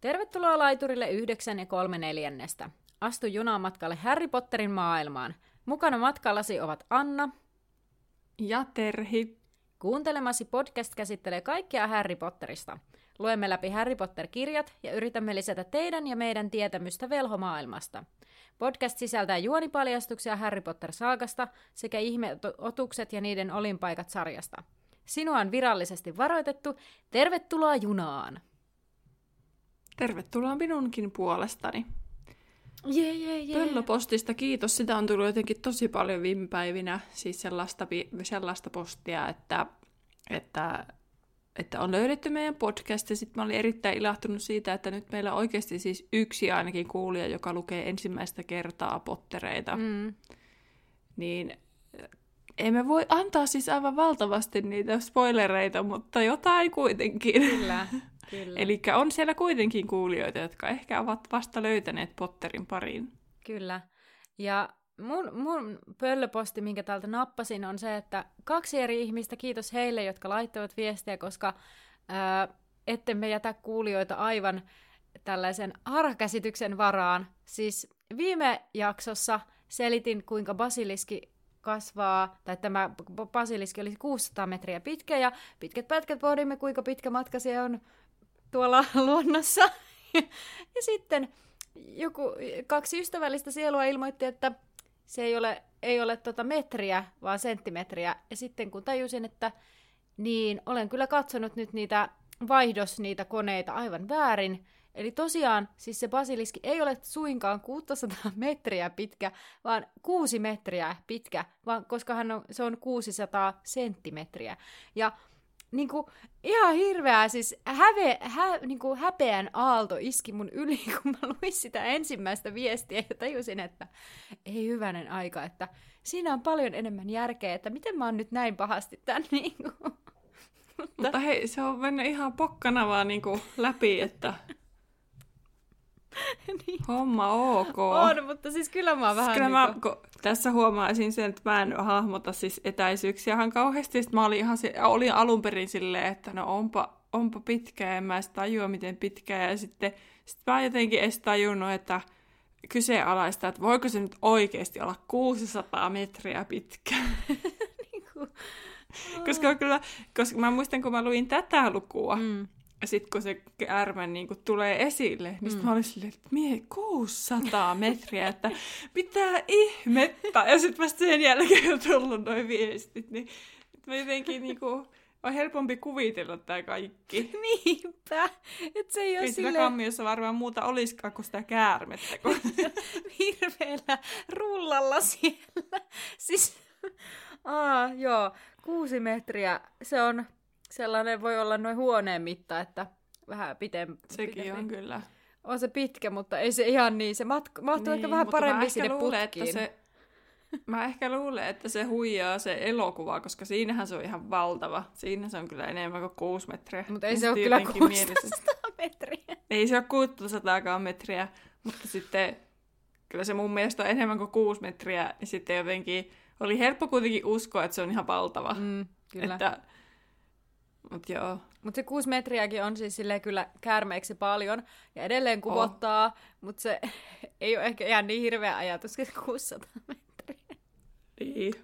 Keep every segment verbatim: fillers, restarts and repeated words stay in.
Tervetuloa laiturille yhdeksän ja kolme neljännestä. Astu junaan matkalle Harry Potterin maailmaan. Mukana matkallasi ovat Anna ja Terhi. Kuuntelemasi podcast käsittelee kaikkea Harry Potterista. Luemme läpi Harry Potter-kirjat ja yritämme lisätä teidän ja meidän tietämystä velhomaailmasta. Podcast sisältää juonipaljastuksia Harry Potter-saagasta sekä ihmeotukset ja niiden olinpaikat sarjasta. Sinua on virallisesti varoitettu. Tervetuloa junaan! Tervetuloa minunkin puolestani. Yeah, yeah, yeah. Pöllöpostista kiitos. Sitä on tullut jotenkin tosi paljon viime päivinä. Siis sellaista, sellaista postia, että, että, että on löydetty meidän podcast. Ja sitten mä olin erittäin ilahtunut siitä, että nyt meillä on oikeasti siis yksi ainakin kuulija, joka lukee ensimmäistä kertaa Pottereita. Mm. Niin emme voi antaa siis aivan valtavasti niitä spoilereita, mutta jotain kuitenkin. Kyllä. Eli on siellä kuitenkin kuulijoita, jotka ehkä ovat vasta löytäneet Potterin pariin. Kyllä. Ja mun, mun pöllöposti, minkä täältä nappasin, on se, että kaksi eri ihmistä, kiitos heille, jotka laittoivat viestiä, koska ää, ettemme jätä kuulijoita aivan tällaisen harhakäsityksen varaan. Siis viime jaksossa selitin, kuinka basiliski kasvaa, tai tämä basiliski olisi kuusisataa metriä pitkä, ja pitkät pätkät pohdimme, kuinka pitkä matka se on tuolla luonnossa. Ja sitten joku, kaksi ystävällistä sielua ilmoitti, että se ei ole, ei ole tota metriä, vaan senttimetriä. Ja sitten kun tajusin, että niin, olen kyllä katsonut nyt niitä vaihdos, niitä koneita aivan väärin. Eli tosiaan, siis se basiliski ei ole suinkaan kuusisataa metriä pitkä, vaan kuusi metriä pitkä, vaan koska hän on, se on kuusisataa senttimetriä. Ja niin kuin, ihan hirveää, siis häve, hä, niin kuin häpeän aalto iski mun yli, kun mä luin sitä ensimmäistä viestiä ja tajusin, että ei hyvänen aika, että siinä on paljon enemmän järkeä, että miten mä oon nyt näin pahasti tän niin kuin. Mutta, Mutta hei, se on mennyt ihan pokkana vaan niin kuin läpi, että niin. Homma ok. On, mutta siis kyllä mä oon vähän kyllä niin kuin mä, tässä huomaisin sen, että mä en hahmota siis etäisyyksiä ihan kauheasti. Sitten mä olin, ihan, olin alun perin silleen, että no onpa, onpa pitkä, ja mä en tajua miten pitkä. Ja sitten sit mä jotenkin edes tajunnut, että kyseenalaista, että voiko se nyt oikeasti olla kuusisataa metriä pitkä. niin kuin, koska, kyllä, koska mä muistan, kun mä luin tätä lukua, mm. ja sitten kun se käärme niin kun tulee esille, niin mm. mä olin silleen, että mie kuusisataa metriä, että mitä ihmettä. Ja sitten vasta sen jälkeen on tullut noin viestit, niin mä jotenkin niin kuin, on helpompi kuvitella tää kaikki. Niinpä. Että se ei ole ei silleen sillä kammiossa varmaan muuta olisikaan kuin sitä käärmettä. Kun hirveellä rullalla siellä. Siis, aa, joo, kuusi metriä, se on sellainen, voi olla noin huoneen mitta, että vähän pitempi. Sekin pitempi. On kyllä. On se pitkä, mutta ei se ihan niin. Se matk- mahtuu niin, ehkä vähän paremmin sinne luulen, putkiin. Että se, mä ehkä luulen, että se huijaa se elokuva, koska siinähän se on ihan valtava. Siinä se on kyllä enemmän kuin kuusi metriä. Mutta ei se ole kyllä kuusisataa metriä. Ei se ole kuusisataa metriä, mutta sitten kyllä se mun mielestä on enemmän kuin kuusi metriä. Ja sitten jotenkin oli helppo kuitenkin uskoa, että se on ihan valtava. Mm, kyllä. Että Mut joo. Mut se kuusi metriäkin on siis silleen kyllä käärmeeksi paljon ja edelleen kuvottaa, oh. mutta se ei ole ehkä ihan niin hirveä ajatus, että kuusisataa metriä. Niin.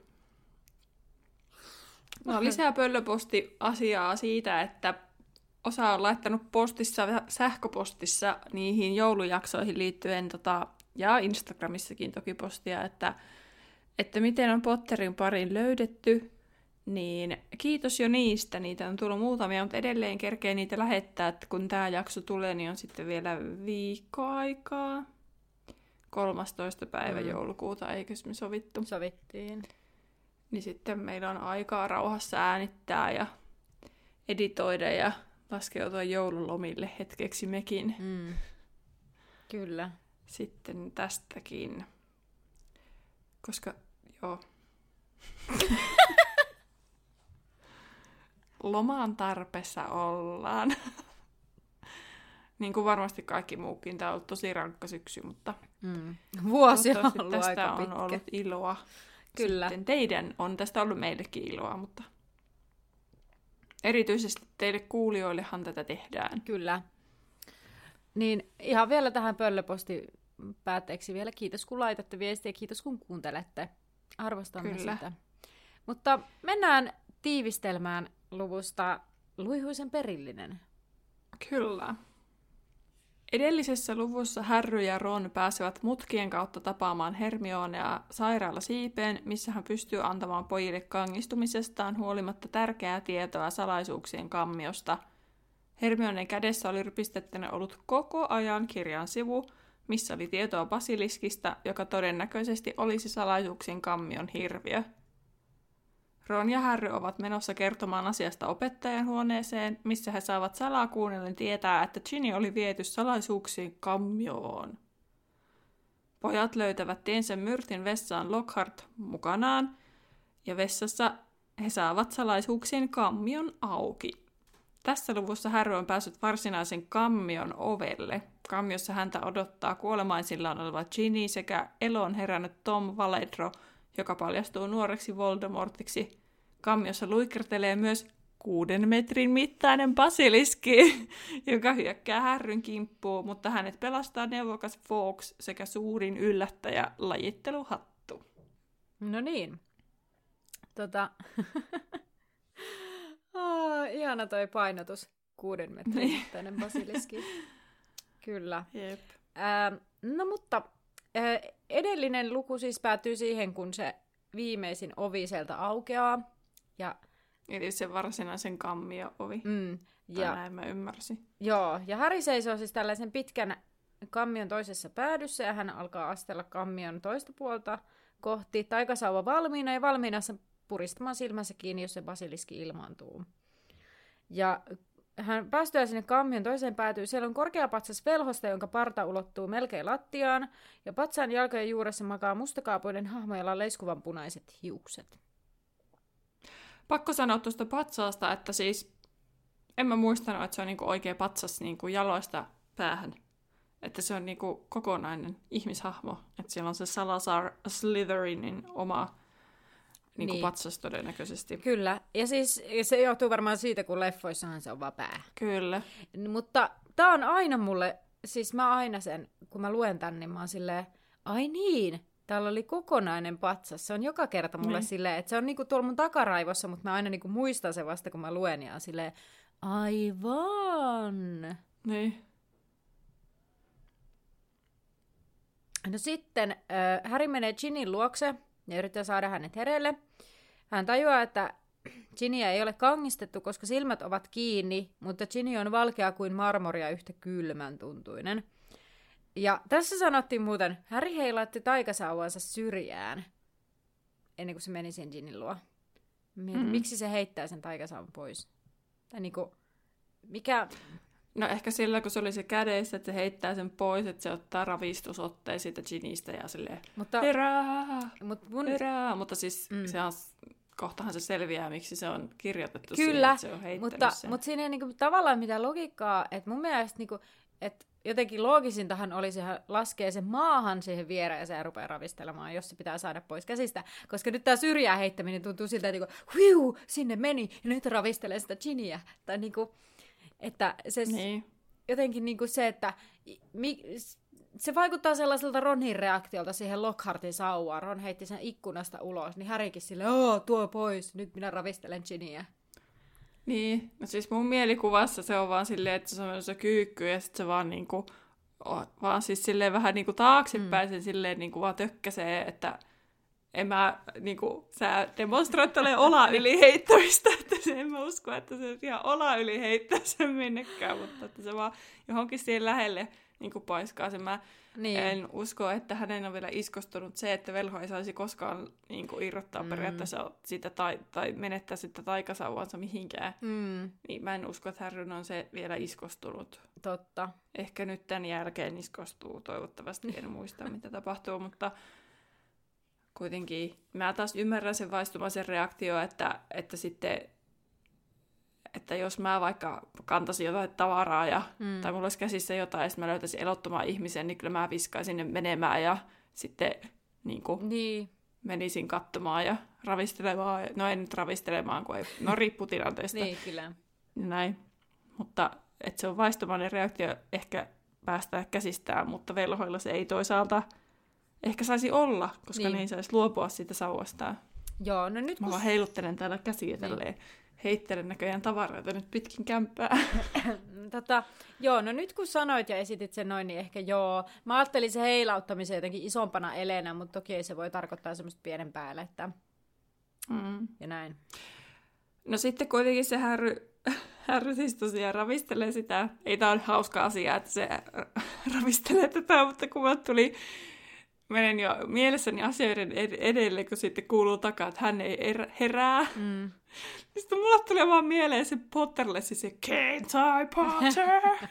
No lisää pöllöposti-asiaa siitä, että osa on laittanut postissa, sähköpostissa niihin joulujaksoihin liittyen tota, ja Instagramissakin toki postia, että, että miten on Potterin parin löydetty. Niin kiitos jo niistä, niitä on tullut muutamia, mutta edelleen kerkee niitä lähettää, että kun tämä jakso tulee, niin on sitten vielä viikkoaikaa. kolmastoista päivä mm. joulukuuta, eikö me sovittu? Sovittiin. Niin sitten meillä on aikaa rauhassa äänittää ja editoida ja laskeutua joululomille hetkeksi mekin. Mm. Kyllä. Sitten tästäkin. Koska, joo. Lomaan tarpeessa ollaan. Niin kuin varmasti kaikki muukin. Tämä on ollut tosi rankka syksy, mutta mm. vuosi on ollut tästä aika pitkä. on ollut iloa. Kyllä. Sitten teidän on tästä ollut meillekin iloa, mutta erityisesti teille kuulijoillehan tätä tehdään. Kyllä. Niin ihan vielä tähän pöllöposti päätteeksi vielä kiitos kun laitatte viestiä, kiitos kun kuuntelette. Arvostamme Kyllä. sitä. Mutta mennään tiivistelmään luvusta Luihuisen perillinen. Kyllä. Edellisessä luvussa Harry ja Ron pääsevät mutkien kautta tapaamaan Hermionea sairaalasiipeen, missä hän pystyy antamaan pojille kangistumisestaan huolimatta tärkeää tietoa salaisuuksien kammiosta. Hermioneen kädessä oli rypistettynä ollut koko ajan kirjan sivu, missä oli tietoa basiliskista, joka todennäköisesti olisi salaisuuksien kammion hirviö. Ron ja Harry ovat menossa kertomaan asiasta opettajan huoneeseen, missä he saavat salaa kuunnellen tietää, että Ginny oli viety salaisuuksien kammioon. Pojat löytävät tiensä Myrtin vessaan Lockhart mukanaan, ja vessassa he saavat salaisuuksien kammion auki. Tässä luvussa Harry on päässyt varsinaisen kammion ovelle. Kammiossa häntä odottaa kuolemaisillaan oleva Ginny sekä eloon herännyt Tom Valedro, joka paljastuu nuoreksi Voldemortiksi. Kammiossa luikertelee myös kuuden metrin mittainen basiliski, joka hyökkää Harryn kimppuun, mutta hänet pelastaa neuvokas Fawkes sekä suurin yllättäjä lajitteluhattu. No niin. Tota... oh, ihana toi painotus. Kuuden metrin mittainen basiliski. Kyllä. Jep. Ää, no mutta ää, edellinen luku siis päättyy siihen, kun se viimeisin ovi sieltä aukeaa. Ja, eli se varsinaisen kammio-ovi. Mm, tai ja, näin mä ymmärsin. Joo, ja Harry seisoo siis tällaisen pitkän kammion toisessa päädyssä, ja hän alkaa astella kammion toista puolta kohti. Taikasauva valmiina, ja valmiina puristamaan silmänsä kiinni, jos se basiliski ilmaantuu. Ja hän päästyä sinne kammion toiseen päätyy. Siellä on korkeapatsas velhosta, jonka parta ulottuu melkein lattiaan, ja patsaan jalkojen juuressa makaa mustakaapuinen hahmo, jolla on leiskuvan punaiset hiukset. Pakko sanoa tuosta patsaasta, että siis en mä muistanut, että se on niinku oikea patsas niinku jaloista päähän. Että se on niinku kokonainen ihmishahmo. Että siellä on se Salazar Slytherinin oma niinku niin. patsas todennäköisesti. Kyllä. Ja siis se johtuu varmaan siitä, kun leffoissahan se on vaan pää. Kyllä. Mutta tää on aina mulle, siis mä aina sen, kun mä luen tän, niin mä oon silleen, ai niin, täällä oli kokonainen patsas. Se on joka kerta mulle niin. silleen, että se on niinku tuolla mun takaraivossa, mutta mä aina niinku muistan se vasta, kun mä luen ja on silleen, aivan. Niin. No sitten äh, Harry menee Ginnyn luokse ja yrittää saada hänet hereille. Hän tajuaa, että Ginnyä ei ole kangistettu, koska silmät ovat kiinni, mutta Ginny on valkea kuin marmoria yhtä kylmän tuntuinen. Ja tässä sanottiin muuten, Harry heilautti taikasauvansa syrjään, ennen kuin se meni sen Ginnyn luo. Mietin, mm-hmm. miksi se heittää sen taikasauvan pois? Tai niinku, mikä... No ehkä sillä, kun se oli se kädessä, että se heittää sen pois, että se ottaa ravistusotteen siitä Ginnystä ja silleen, mutta, herää, mut mun... herää. Mutta siis mm. se on, kohtahan se selviää, miksi se on kirjoitettu Kyllä, siihen, että se on heittänyt mutta, sen. mutta siinä ei niinku tavallaan mitään logiikkaa, että mun mielestä niinku, että jotenkin loogisintahan olisi, että laskee sen maahan siihen viereen ja se rupeaa ravistelemaan, jos se pitää saada pois käsistä. Koska nyt tämä syrjään heittäminen tuntuu siltä, että niinku, huiu, sinne meni ja nyt ravistelee sitä Ginnyä. Tai niinku... Että se niin. jotenkin niinku se, että mi, se vaikuttaa sellaiselta Ronin reaktiolta siihen Lockhartin sauvaan. Ron heitti sen ikkunasta ulos, niin Harrykin silleen, oo, tuo pois, nyt minä ravistelen Ginnyä. Niin, no siis mun mielikuvassa se on vaan silleen, että se on se kyykky ja sitten se vaan niinku, vaan siis silleen vähän niinku taaksepäin, mm. se silleen niinku vaan tökkäsee, että en mä, niinku, sä demonstroit ole ola yli heittämistä, että se en mä usko, että se ihan ola yli heittää sen minnekään, mutta että se vaan johonkin siihen lähelle niinku paiskaa sen. Mä niin. en usko, että hänen on vielä iskostunut se, että velho ei saisi koskaan niinku irrottaa mm. periaatteessa sitä tai, tai menettää sitä taikasauvansa mihinkään. Mm. Niin mä en usko, että Harry on se vielä iskostunut. Totta. Ehkä nyt tämän jälkeen iskostuu, toivottavasti en muista mitä tapahtuu, mutta... Kuitenkin mä taas ymmärrän sen vaistumaisen reaktio, että, että sitten, että jos mä vaikka kantaisin jotain tavaraa ja, mm. tai mulla olisi käsissä jotain ja sitten mä löytäisin elottoman ihmisen, niin kyllä mä viskaisin sinne menemään ja sitten niin kuin, niin. menisin katsomaan ja ravistelemaan. No en nyt ravistelemaan, kun ei, no riippuu tilanteesta. Niin, kyllä. Näin. Mutta että se on vaistumainen reaktio ehkä päästää käsistään, mutta velhoilla se ei toisaalta ehkä saisi olla, koska niin. ne ei saisi luopua siitä sauvastaan. Joo, no nyt Mä kun... vaan heiluttelen täällä käsiä niin. tälleen. Heittelen näköjään tavaroita nyt pitkin kämppää. tota, joo, no nyt kun sanoit ja esitit sen noin, niin ehkä joo. Mä ajattelin se heilauttamisen jotenkin isompana eleenä, mutta toki ei se voi tarkoittaa semmoista pienen päälle, että... Mm. Ja näin. No sitten kuitenkin se härry, härry siis tosiaan ravistelee sitä. Ei tää ole hauska asia, että se ravistelee tätä, mutta kun mä tuli... Menen jo mielessäni asioiden edelle, kun sitten kuuluu takaa, että hän ei herää. Mm. Sitten mulle tuli vaan mieleen se Potterlessi, se Can't I Potter?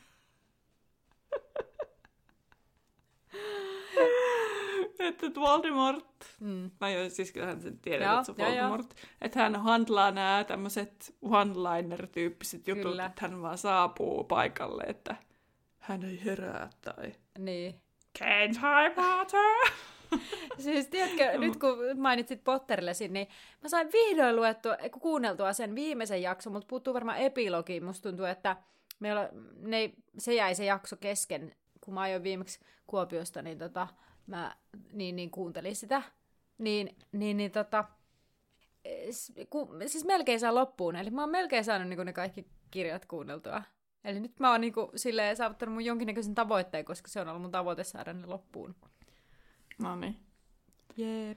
Että Voldemort, mm. mä jo siis kyllähän sen tiedän, että se on Voldemort, jo, jo. Että hän handlaa nämä tämmöiset one-liner-tyyppiset jutut, Kyllä. että hän vaan saapuu paikalle, että hän ei herää tai... Niin. Can't I Potter? Siis tiedätkö, nyt kun mainitsit Potterlesin, niin mä sain vihdoin luettua, kuunneltua sen viimeisen jakson, mutta puuttuu varmaan epilogiin. Musta tuntuu, että meillä, ne, se jäi se jakso kesken, kun mä ajoin viimeksi Kuopiosta, niin, tota, mä, niin, niin kuuntelin sitä. Niin, niin, niin tota, ku, siis melkein saa loppuun, eli mä oon melkein saanut niin ne kaikki kirjat kuunneltua. Eli nyt mä oon niinku silleen saavuttanut mun jonkinnäköisen tavoitteen, koska se on ollut mun tavoite saada ne loppuun. No niin. Jee.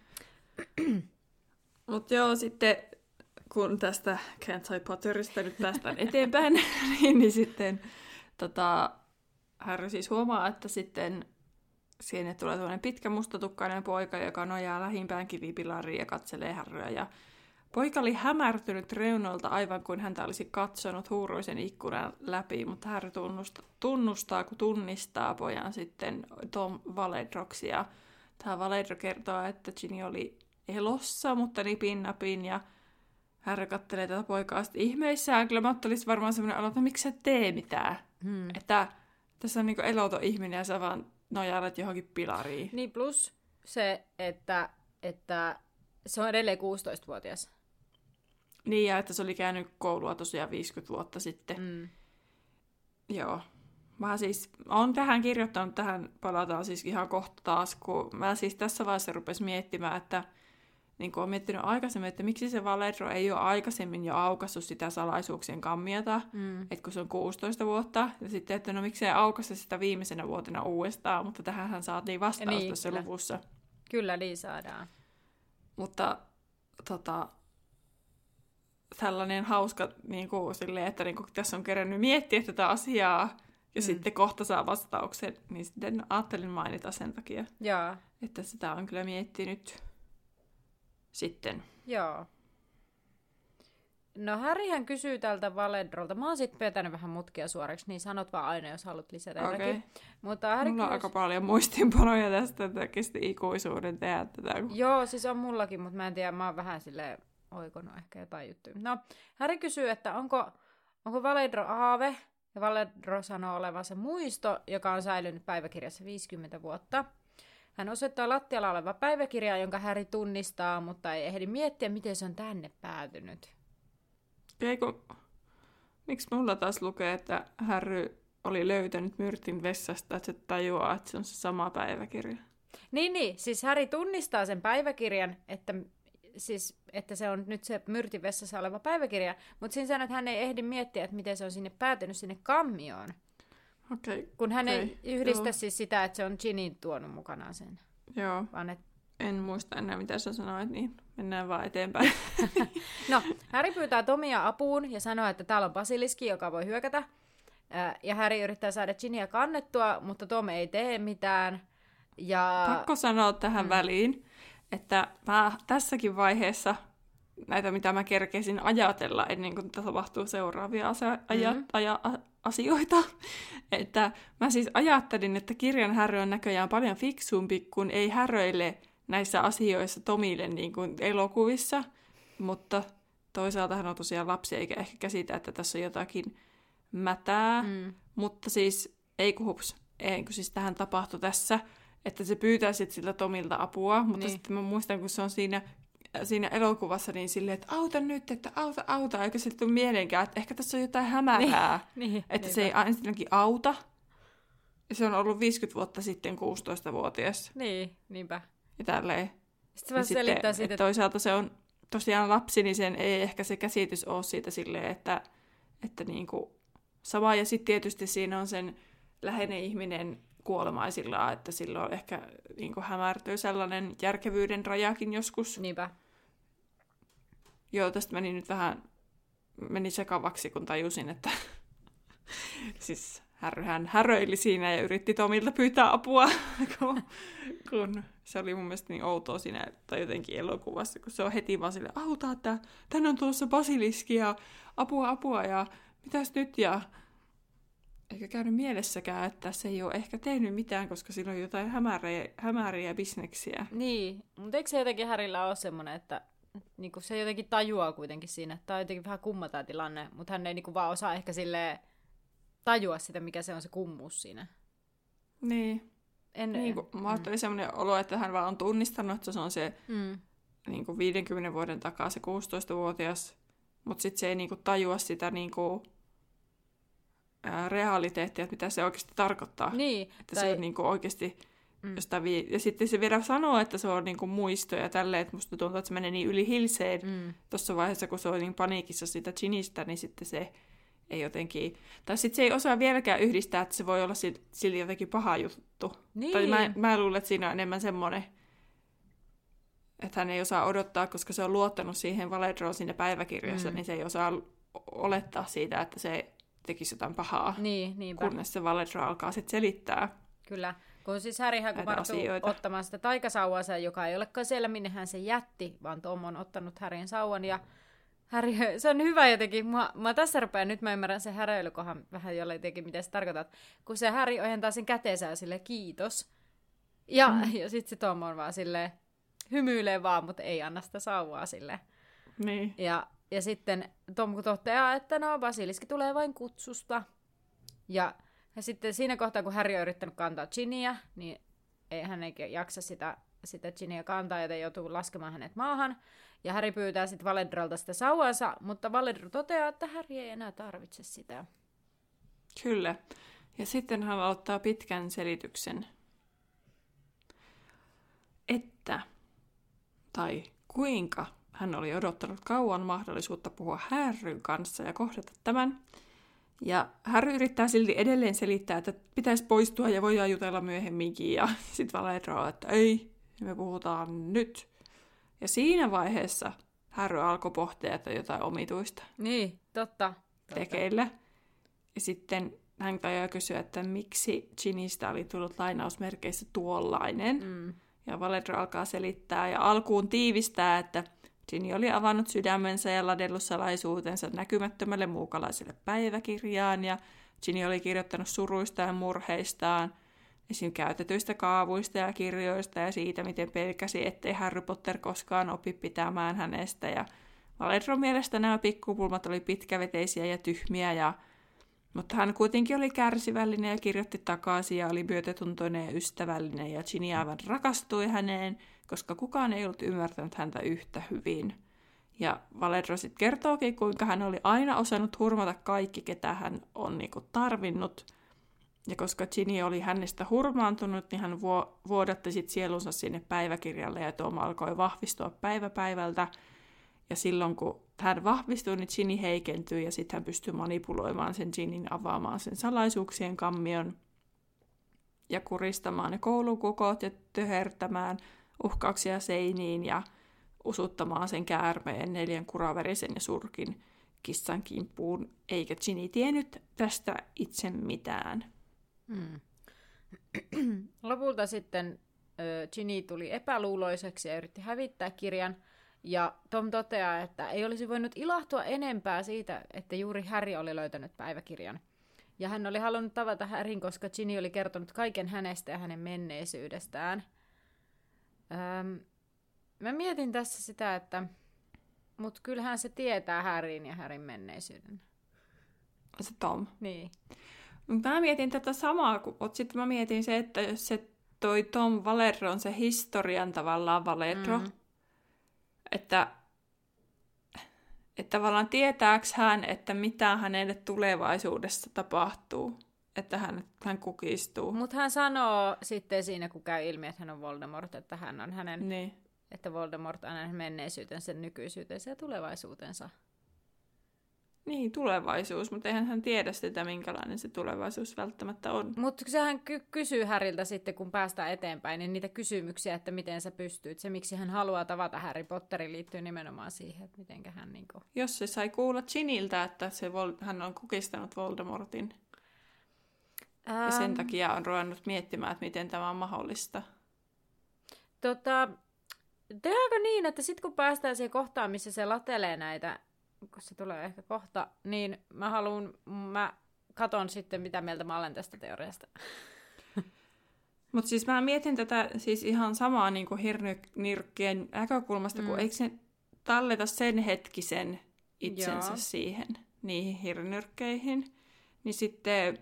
Mut joo, sitten kun tästä Can't I Potterista nyt päästään eteenpäin, niin, niin sitten tota, Harry siis huomaa, että sitten sinne tulee tämmöinen pitkä mustatukkainen poika, joka nojaa lähimpään kivipilariin ja katselee Harryä. Ja poika oli hämärtynyt reunoilta aivan kuin häntä olisi katsonut huuruisen ikkunan läpi, mutta Harry tunnustaa, tunnustaa, kun tunnistaa pojan sitten Tom Valedroksi. Ja tämä Valedro kertoo, että Ginny oli elossa, mutta nipin napin, ja Harry kattelee tätä poikaa sitten ihmeissään. Kyllä mä olisi varmaan semmoinen alo, että miksi sä tee mitään? Hmm. Että tässä on niinku eloton ihminen ja sä vaan nojailet johonkin pilariin. Niin plus se, että, että se on edelleen kuusitoistavuotias. Niin, ja että se oli käynyt koulua tosiaan viisikymmentä vuotta sitten. Mm. Joo. Mä siis olen tähän kirjoittanut, tähän palataan siis ihan kohta taas, kun mä siis tässä vaiheessa rupesin miettimään, että niin kuin olen miettinyt aikaisemmin, että miksi se Valedro ei ole aikaisemmin jo aukaissut sitä salaisuuksien kammiota, mm. että kun se on kuusitoista vuotta, ja sitten, että no miksi ei aukaise sitä viimeisenä vuotena uudestaan, mutta tähänhän saatiin vastaus niin, tässä kyllä. luvussa. Kyllä, niin saadaan. Mutta tota, tällainen hauska, niin kuin, silleen, että niin kuin, tässä on kerännyt miettiä tätä asiaa, ja mm. sitten kohta saa vastauksen, niin sitten ajattelin mainita sen takia, Jaa. että sitä on kyllä miettinyt sitten. Joo. No Harryhän kysyy tältä Valedrolta. Mä oon sitten vetänyt vähän mutkia suoraksi, niin sanot vaan aina, jos haluat lisätä okay. jotakin. Mutta Harry mulla on kysy... aika paljon muistinpanoja tästä, että kesti ikuisuuden tehdä tätä. Joo, siis on mullakin, mutta mä en tiedä, mä oon vähän silleen oikonut ehkä jotain juttuja. No, Harry kysyy, että onko, onko Valedro aave, ja Valedro sanoo olevansa muisto, joka on säilynyt päiväkirjassa viisikymmentä vuotta. Hän osoittaa lattialla oleva päiväkirja, jonka Harry tunnistaa, mutta ei ehdi miettiä, miten se on tänne päätynyt. Eikö, miksi mulla taas lukee, että Harry oli löytänyt myrtin vessasta, että se tajuaa, että se on se sama päiväkirja? Niin, niin. Siis Harry tunnistaa sen päiväkirjan, että, siis, että se on nyt se myrtin vessassa oleva päiväkirja, mutta siinä sanoo, että hän ei ehdi miettiä, että miten se on sinne päätynyt sinne kammioon. Okay, kun hän okay, ei yhdistä joo. siis sitä, että se on Ginny tuonut mukanaan sen. Joo, vaan et... en muista enää mitä sä sanoit, niin mennään vaan eteenpäin. No, Harry pyytää Tomia apuun ja sanoo, että täällä on basiliski, joka voi hyökätä. Ja Harry yrittää saada Ginnyä kannettua, mutta Tom ei tee mitään. Ja... Pakko sanoa tähän mm. väliin, että mä tässäkin vaiheessa näitä, mitä mä kerkesin ajatella ennen kuin tapahtuu seuraavia asa- aja- mm-hmm. aja- asioita. Että mä siis ajattelin, että kirjan Harry on näköjään paljon fiksumpi, kun ei häröile näissä asioissa Tomille niin kuin elokuvissa, mutta toisaalta hän on tosiaan lapsi, eikä ehkä käsitä, että tässä on jotakin mätää. Mm. Mutta siis, ei kun hups, ei kun siis tähän tapahtui tässä, että se pyytää sitten siltä Tomilta apua, mutta niin. sitten mä muistan, kun se on siinä siinä elokuvassa niin silleen, että auta nyt, että auta, auta, eikä se tule mieleenkään, että ehkä tässä on jotain hämärää, niin, että niin, se ei ensinnäkin auta, Se on ollut viisikymmentä vuotta sitten kuusitoistavuotias. Niin, niinpä. Ja tälleen. Sitten se vaan selittää siitä, että toisaalta se on tosiaan lapsi, niin sen ei ehkä se käsitys ole siitä silleen, että, että niinku sama. Ja sitten tietysti siinä on sen läheinen ihminen kuolemaisillaan, että silloin ehkä niinku hämärtyy sellainen järkevyyden rajakin joskus. Niinpä. Joo, tästä meni nyt vähän meni sekavaksi, kun tajusin, että siis Harryhän häröili siinä ja yritti Tomilta pyytää apua, kun, kun se oli mun mielestä niin outoa siinä, tai jotenkin elokuvassa, kun se on heti vaan silleen, auta, että tänne on tuossa basiliski ja apua, apua ja mitäs nyt, ja eikä käynyt mielessäkään, että se ei ole ehkä tehnyt mitään, koska sillä on jotain hämäriä, hämäriä bisneksiä. Niin, mutta eikö se jotenkin Harryllä ole semmoinen, että niinku se jotenkin tajuaa kuitenkin siinä, että tämä on jotenkin vähän kumma tämä tilanne, mutta hän ei niinku vaan osaa ehkä silleen tajua sitä, mikä se on se kummuus siinä. Niin. En, niin kun, mm. mulla tuli semmoinen olo, että hän vaan on tunnistanut, että se on se mm. niin kuin viidenkymmenen vuoden takaa se kuusitoistavuotias, mutta sitten se ei niin kuin tajua sitä niin kuin, ää, realiteettia, että mitä se oikeasti tarkoittaa. Niin, että tai... se on niin kuin oikeasti mm. jostain vi- ja sitten se vielä sanoo, että se on niin kuin muisto ja tälleen, että musta tuntuu, että se menee niin yli hilseen mm. tuossa vaiheessa, kun se on niin paniikissa sitä Ginistä, niin sitten se ei jotenkin, tai sitten se ei osaa vieläkään yhdistää, että se voi olla sillä jotenkin paha juttu. Niin. Tai mä, mä luulen, että siinä on enemmän semmoinen, että hän ei osaa odottaa, koska se on luottanut siihen Valedroon siinä päiväkirjassa, mm. niin se ei osaa olettaa siitä, että se tekisi jotain pahaa, niin, niinpä. Kunnes se Valedro alkaa sitten selittää. Kyllä, kun siis Harryhän kun vartuu ottamaan sitä taikasauvansa, joka ei olekaan siellä, minne hän se jätti, vaan Tom on ottanut Harryn sauvan, ja Harry, se on hyvä jotenkin. Mä, mä tässä rupean, nyt mä ymmärrän sen häröilykohan vähän jotenkin, mitä se tarkoittaa. Kun se Harry ojentaa sen käteensä ja silleen kiitos. Ja, mm. ja sit se Tom on vaan silleen, hymyilee vaan, mutta ei anna sitä sauvaa silleen. Niin. Ja, ja sitten Tom kun toteaa, että no basiliski tulee vain kutsusta. Ja, ja sitten siinä kohtaa, kun Harry on yrittänyt kantaa Ginnyä, niin ei, hän ei jaksa sitä, sitä Ginnyä kantaa, joten joutuu laskemaan hänet maahan. Ja Harry pyytää sitten Valedrolta sitä sauvansa, mutta Valedro toteaa, että Harry ei enää tarvitse sitä. Kyllä. Ja sitten hän aloittaa pitkän selityksen, että, tai kuinka hän oli odottanut kauan mahdollisuutta puhua Harryn kanssa ja kohdata tämän. Ja Harry yrittää silti edelleen selittää, että pitäisi poistua ja voidaan jutella myöhemminkin. Ja sitten Valedro, että ei, me puhutaan nyt. Ja siinä vaiheessa Harry alkoi pohtia, että jotain omituista. Niin, totta. totta. Tekeillä. Ja sitten hän tajaa kysyä, että miksi Ginnystä oli tullut lainausmerkeissä tuollainen. Mm. Ja Valedro alkaa selittää ja alkuun tiivistää, että Ginny oli avannut sydämensä ja ladellut salaisuutensa näkymättömälle muukalaiselle päiväkirjaan. Ja Ginny oli kirjoittanut suruista ja murheistaan, esim. Käytetyistä kaavuista ja kirjoista ja siitä, miten pelkäsi, ettei Harry Potter koskaan opi pitämään hänestä. Ja Valedron mielestä nämä pikkupulmat oli pitkäveteisiä ja tyhmiä, ja... mutta hän kuitenkin oli kärsivällinen ja kirjoitti takaisin ja oli myötätuntoinen ja ystävällinen, ja Ginny aivan rakastui häneen, koska kukaan ei ollut ymmärtänyt häntä yhtä hyvin. Ja Valedro sitten kertookin, kuinka hän oli aina osannut hurmata kaikki, ketä hän on niinku tarvinnut. Ja koska Ginny oli hänestä hurmaantunut, niin hän vuodatti sit sielunsa sinne päiväkirjalle, ja Tom alkoi vahvistua päivä päivältä. Ja silloin, kun hän vahvistui, niin Ginny heikentyi, ja sitten hän pystyi manipuloimaan sen Ginnyn avaamaan sen salaisuuksien kammion, ja kuristamaan ne koulukukot, ja töhertämään uhkauksia seiniin, ja usuttamaan sen käärmeen neljän kuraverisen ja surkin kissan kimppuun, eikä Ginny tiennyt tästä itse mitään. Hmm. Lopulta sitten äh, Ginny tuli epäluuloiseksi ja yritti hävittää kirjan. Ja Tom toteaa, että ei olisi voinut ilahtua enempää siitä, että juuri Harry oli löytänyt päiväkirjan. Ja hän oli halunnut tavata Harryn, koska Ginny oli kertonut kaiken hänestä ja hänen menneisyydestään. Ähm, mä mietin tässä sitä, että mut kyllähän se tietää Harryn ja Harryn menneisyyden. Se Tom. Niin. Mä mietin tätä samaa, mutta sitten mä mietin se, että jos se toi Tom Valedro on se historian tavallaan Valedro, mm. että, että tavallaan tietääks hän, että mitä hänelle tulevaisuudessa tapahtuu. että hän, hän kukistuu. Mutta hän sanoo sitten siinä, kun käy ilmi, että hän on Voldemort, että hän on hänen, niin. että Voldemort on hänen menneisyytensä, nykyisyytensä ja tulevaisuutensa. Niin, tulevaisuus, mutta eihän hän tiedä sitä, minkälainen se tulevaisuus välttämättä on. Mutta sehän ky- kysyy Harryltä sitten, kun päästään eteenpäin, niin niitä kysymyksiä, että miten sä pystyt. Se, miksi hän haluaa tavata Harry Potterin, liittyy nimenomaan siihen, että miten hän... Niin kuin... Jos se sai kuulla Giniltä, että se Vol- hän on kukistanut Voldemortin. Ähm... Ja sen takia on ruvennut miettimään, että miten tämä on mahdollista. Tota, tehdäänkö niin, että sitten kun päästään siihen kohtaan, missä se latelee näitä... kun se tulee ehkä kohta, niin mä haluun, mä katon sitten, mitä mieltä mä olen tästä teoriasta. Mutta siis mä mietin tätä siis ihan samaa niin kuin hirnyrkkien näkökulmasta, mm. kun eikö se talleta sen hetkisen itsensä Joo. siihen, niihin hirnyrkkeihin, niin sitten,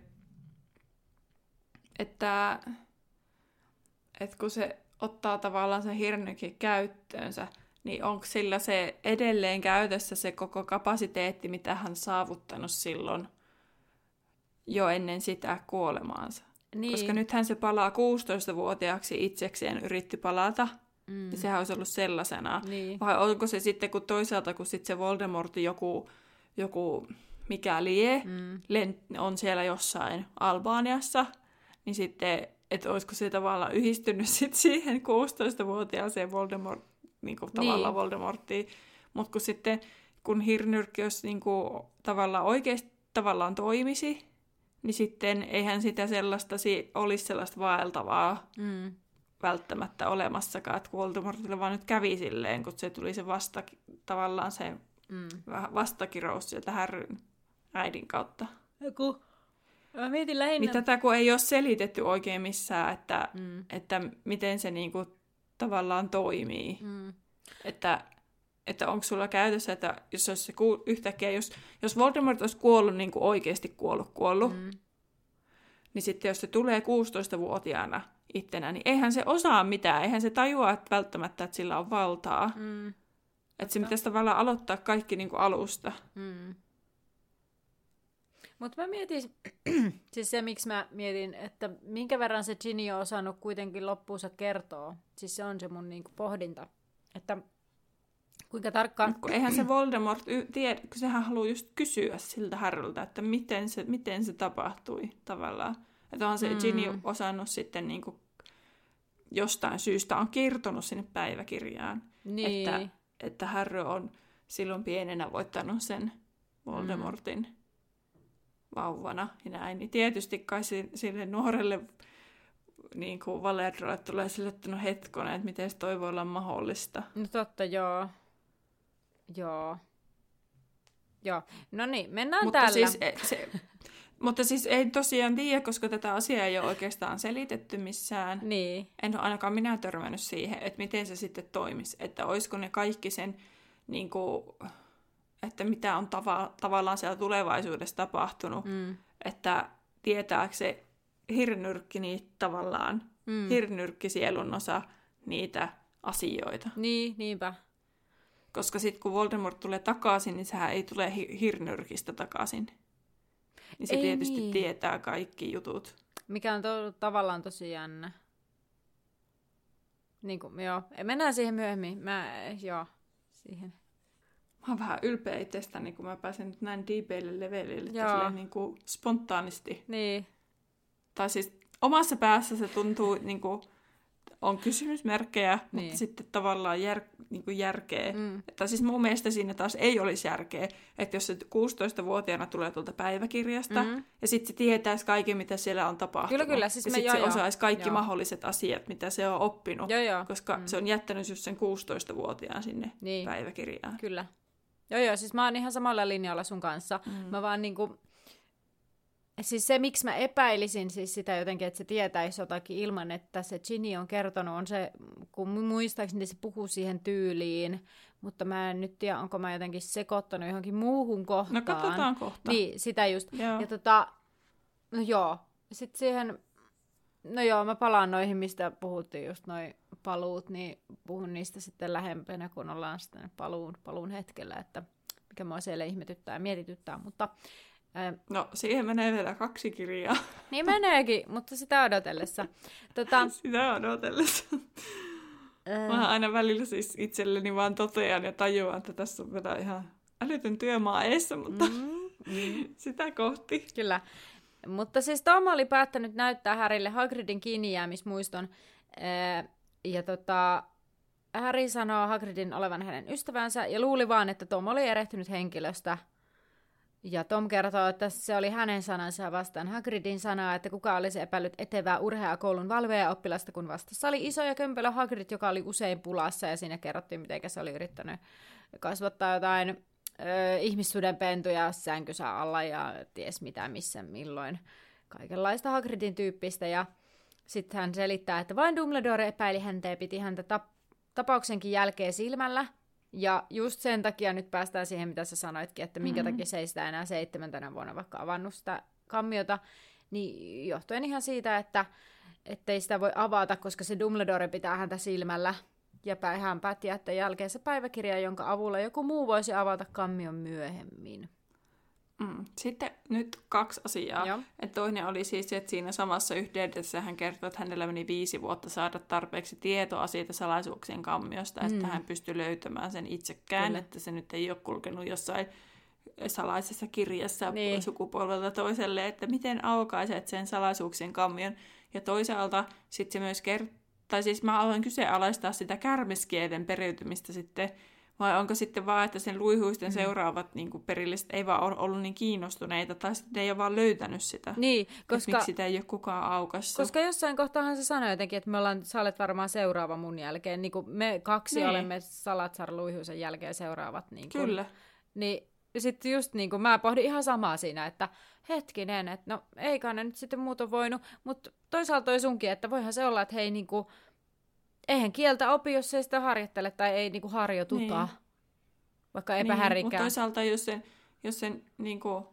että, että kun se ottaa tavallaan sen hirnyrkin käyttöönsä, niin onko sillä se edelleen käytössä se koko kapasiteetti, mitä hän saavuttanut silloin jo ennen sitä kuolemaansa. Niin. Koska nythän se palaa kuusitoistavuotiaaksi itsekseen, yritti palata, mm. niin sehän olisi ollut sellaisena. Niin. Vai onko se sitten, kun toisaalta, kun sitten se Voldemortin joku, joku mikä lie, mm. on siellä jossain Albaniassa, niin sitten, että olisiko se tavallaan yhdistynyt sitten siihen kuusitoistavuotiaaseen Voldemort, niin kuin tavallaan niin. Voldemorttiin, mutta kun sitten, kun hirnyrkki olisi niin kuin, tavallaan oikeasti tavallaan toimisi, niin sitten eihän sitä sellaista, olisi sellaista vaeltavaa mm. välttämättä olemassakaan, että Voldemortilla vaan nyt kävi silleen, kun se tuli se vasta, tavallaan se mm. vastakirous sieltä Harryn äidin kautta. Joku. Mä mietin lähinnä. Niin tätä kun ei ole selitetty oikein missään, että, mm. että miten se niinku tavallaan toimii. Mm. Että, että onko sulla käytössä, että jos se ku, yhtäkkiä, jos, jos Voldemort olisi kuollut niin kuin oikeasti kuollut, kuollut, mm. niin sitten jos se tulee kuusitoistavuotiaana ittenä, niin eihän se osaa mitään, eihän se tajua että välttämättä, että sillä on valtaa. Mm. Että se pitäisi tavallaan aloittaa kaikki niin kuin alusta. Mm. Mutta mä mietin, siis se miksi mä mietin, että minkä verran se Ginny on osannut kuitenkin loppuunsa kertoa. Siis se on se mun niinku pohdinta, että kuinka tarkkaan... Kun eihän se Voldemort y- tiedä, kun sehän haluaa just kysyä siltä Harryltä, että miten se, miten se tapahtui tavallaan. Että onhan se mm. Ginny osannut sitten niinku jostain syystä on kertonut sinne päiväkirjaan, niin. että, että Harry on silloin pienenä voittanut sen Voldemortin mm. vauvana ja näin. Niin tietysti kai sille nuorelle niin kuin Valedrolle tulee sille, että no hetkonen, että miten toi voi olla mahdollista. No totta, joo. Joo. Joo. No niin, mennään mutta tällä. Siis, se, mutta siis ei tosiaan tiedä, koska tätä asiaa ei ole oikeastaan selitetty missään. Niin. En ole ainakaan minä törmännyt siihen, että miten se sitten toimisi. Että olisiko ne kaikki sen, niin kuin, että mitä on tava, tavallaan siellä tulevaisuudessa tapahtunut. Mm. Että tietääkö se hirnyrkki niitä tavallaan, mm. hirnyrkkisielun osa niitä asioita. Niin, niinpä. Koska sitten kun Voldemort tulee takaisin, niin sehän ei tule hi- hirnyrkistä takaisin. Niin se ei tietysti niin. tietää kaikki jutut. Mikä on to- tavallaan tosi jännä. Niin kuin, joo. Mennään siihen myöhemmin. Mä, joo, siihen. Mä oon vähän ylpeä itsestäni, kun mä pääsen nyt näin diipeille levelille niin kuin spontaanisti. Niin. Tai siis omassa päässä se tuntuu, niin kuin, on kysymysmerkkejä, niin. mutta sitten tavallaan jär, niin kuin järkeä. Mm. Tai siis mun mielestä siinä taas ei olisi järkeä, että jos se kuusitoistavuotiaana tulee tuolta päiväkirjasta, mm. ja sitten se tietäisi kaiken, mitä siellä on tapahtunut. Kyllä, kyllä. Siis ja sitten se osaisi kaikki joo. mahdolliset asiat, mitä se on oppinut, joo, joo. koska mm. se on jättänyt just sen kuusitoistavuotiaan sinne niin. päiväkirjaan. Kyllä. Joo, joo. Siis mä oon ihan samalla linjalla sun kanssa. Mm. Mä vaan niinku... Siis se, miksi mä epäilisin siis sitä jotenkin, että se tietäisi jotakin ilman, että se Ginny on kertonut, on se, kun muistaakseni se puhuu siihen tyyliin, mutta mä en nyt tiedä, onko mä jotenkin sekoittanut johonkin muuhun kohtaan. No katsotaan kohta. Niin, sitä just. Joo. Ja tota, no joo, sitten siihen, no joo, mä palaan noihin, mistä puhuttiin just noi paluut, niin puhun niistä sitten lähempänä, kun ollaan sitten paluun, paluun hetkellä, että mikä mua siellä ihmetyttää ja mietityttää, mutta... No, siihen menee vielä kaksi kirjaa. Niin meneekin, mutta sitä odotellessa. Tota, sitä odotellessa. Ää... Mä aina välillä siis itselleni vaan totean ja tajuan, että tässä on vielä ihan älytön työmaa eessä, mutta mm-hmm. sitä kohti. Kyllä. Mutta siis Tom oli päättänyt näyttää Harrylle Hagridin kiinnijäämismuiston. Ja tota, Harry sanoo Hagridin olevan hänen ystävänsä ja luuli vaan, että Tom oli erehtynyt henkilöstä. Ja Tom kertoo, että se oli hänen sanansa vastaan Hagridin sanaa, että kuka olisi epäillyt etevää urheakoulun valveja-oppilasta, kun vastassa oli iso ja kömpelö Hagrid, joka oli usein pulassa, ja siinä kerrottiin, miten se oli yrittänyt kasvattaa jotain ö, ihmissudenpentuja sänkynsä alla ja ties mitä, missä, milloin. Kaikenlaista Hagridin tyyppistä, ja sitten hän selittää, että vain Dumbledore epäili häntä ja piti häntä tap- tapauksenkin jälkeen silmällä. Ja just sen takia nyt päästään siihen, mitä sä sanoitkin, että minkä mm-hmm. takia se ei sitä enää seitsemäntenä vuonna vaikka avannut sitä kammiota, niin johtuen ihan siitä, että ei sitä voi avata, koska se Dumbledore pitää häntä silmällä. Ja hän päätti jättää jälkeen se päiväkirja, jonka avulla joku muu voisi avata kammion myöhemmin. Mm. Sitten nyt kaksi asiaa. Et toinen oli siis, että siinä samassa yhteydessä hän kertoi, että hänellä meni viisi vuotta saada tarpeeksi tietoa siitä salaisuuksien kammiosta, mm. että hän pystyi löytämään sen itsekään, Kyllä. että se nyt ei ole kulkenut jossain salaisessa kirjassa niin. sukupolvelta toiselle, että miten aukaiset sen salaisuuksien kammion. Ja toisaalta sitten se myös kertoo, tai siis mä aloin kyseenalaistaa sitä kärmeskielen periytymistä sitten, vai onko sitten vaan, että sen luihuisten mm. seuraavat niin kuin perilliset ei vaan ole ollut niin kiinnostuneita, tai sitten ei ole vaan löytänyt sitä. Niin, koska... miksi sitä ei ole kukaan aukaissut. Koska jossain kohtaahan se sanoi jotenkin, että me ollaan, sä olet varmaan seuraava mun jälkeen. Niin kuin me kaksi niin. olemme Salazar-luihuisen jälkeen seuraavat. Niin kuin. Kyllä. Niin sitten just niin kuin mä pohdin ihan samaa siinä, että hetkinen, että no eikä ne nyt sitten muuta voinut. Mutta toisaalta toi sunkin, että voihan se olla, että hei niin kuin... Eihän kieltä opi, jos ei sitä harjoittele tai ei niinku harjoituta, niin. vaikka eipä niin, härikään. Mutta toisaalta jos sen, jos sen niinku,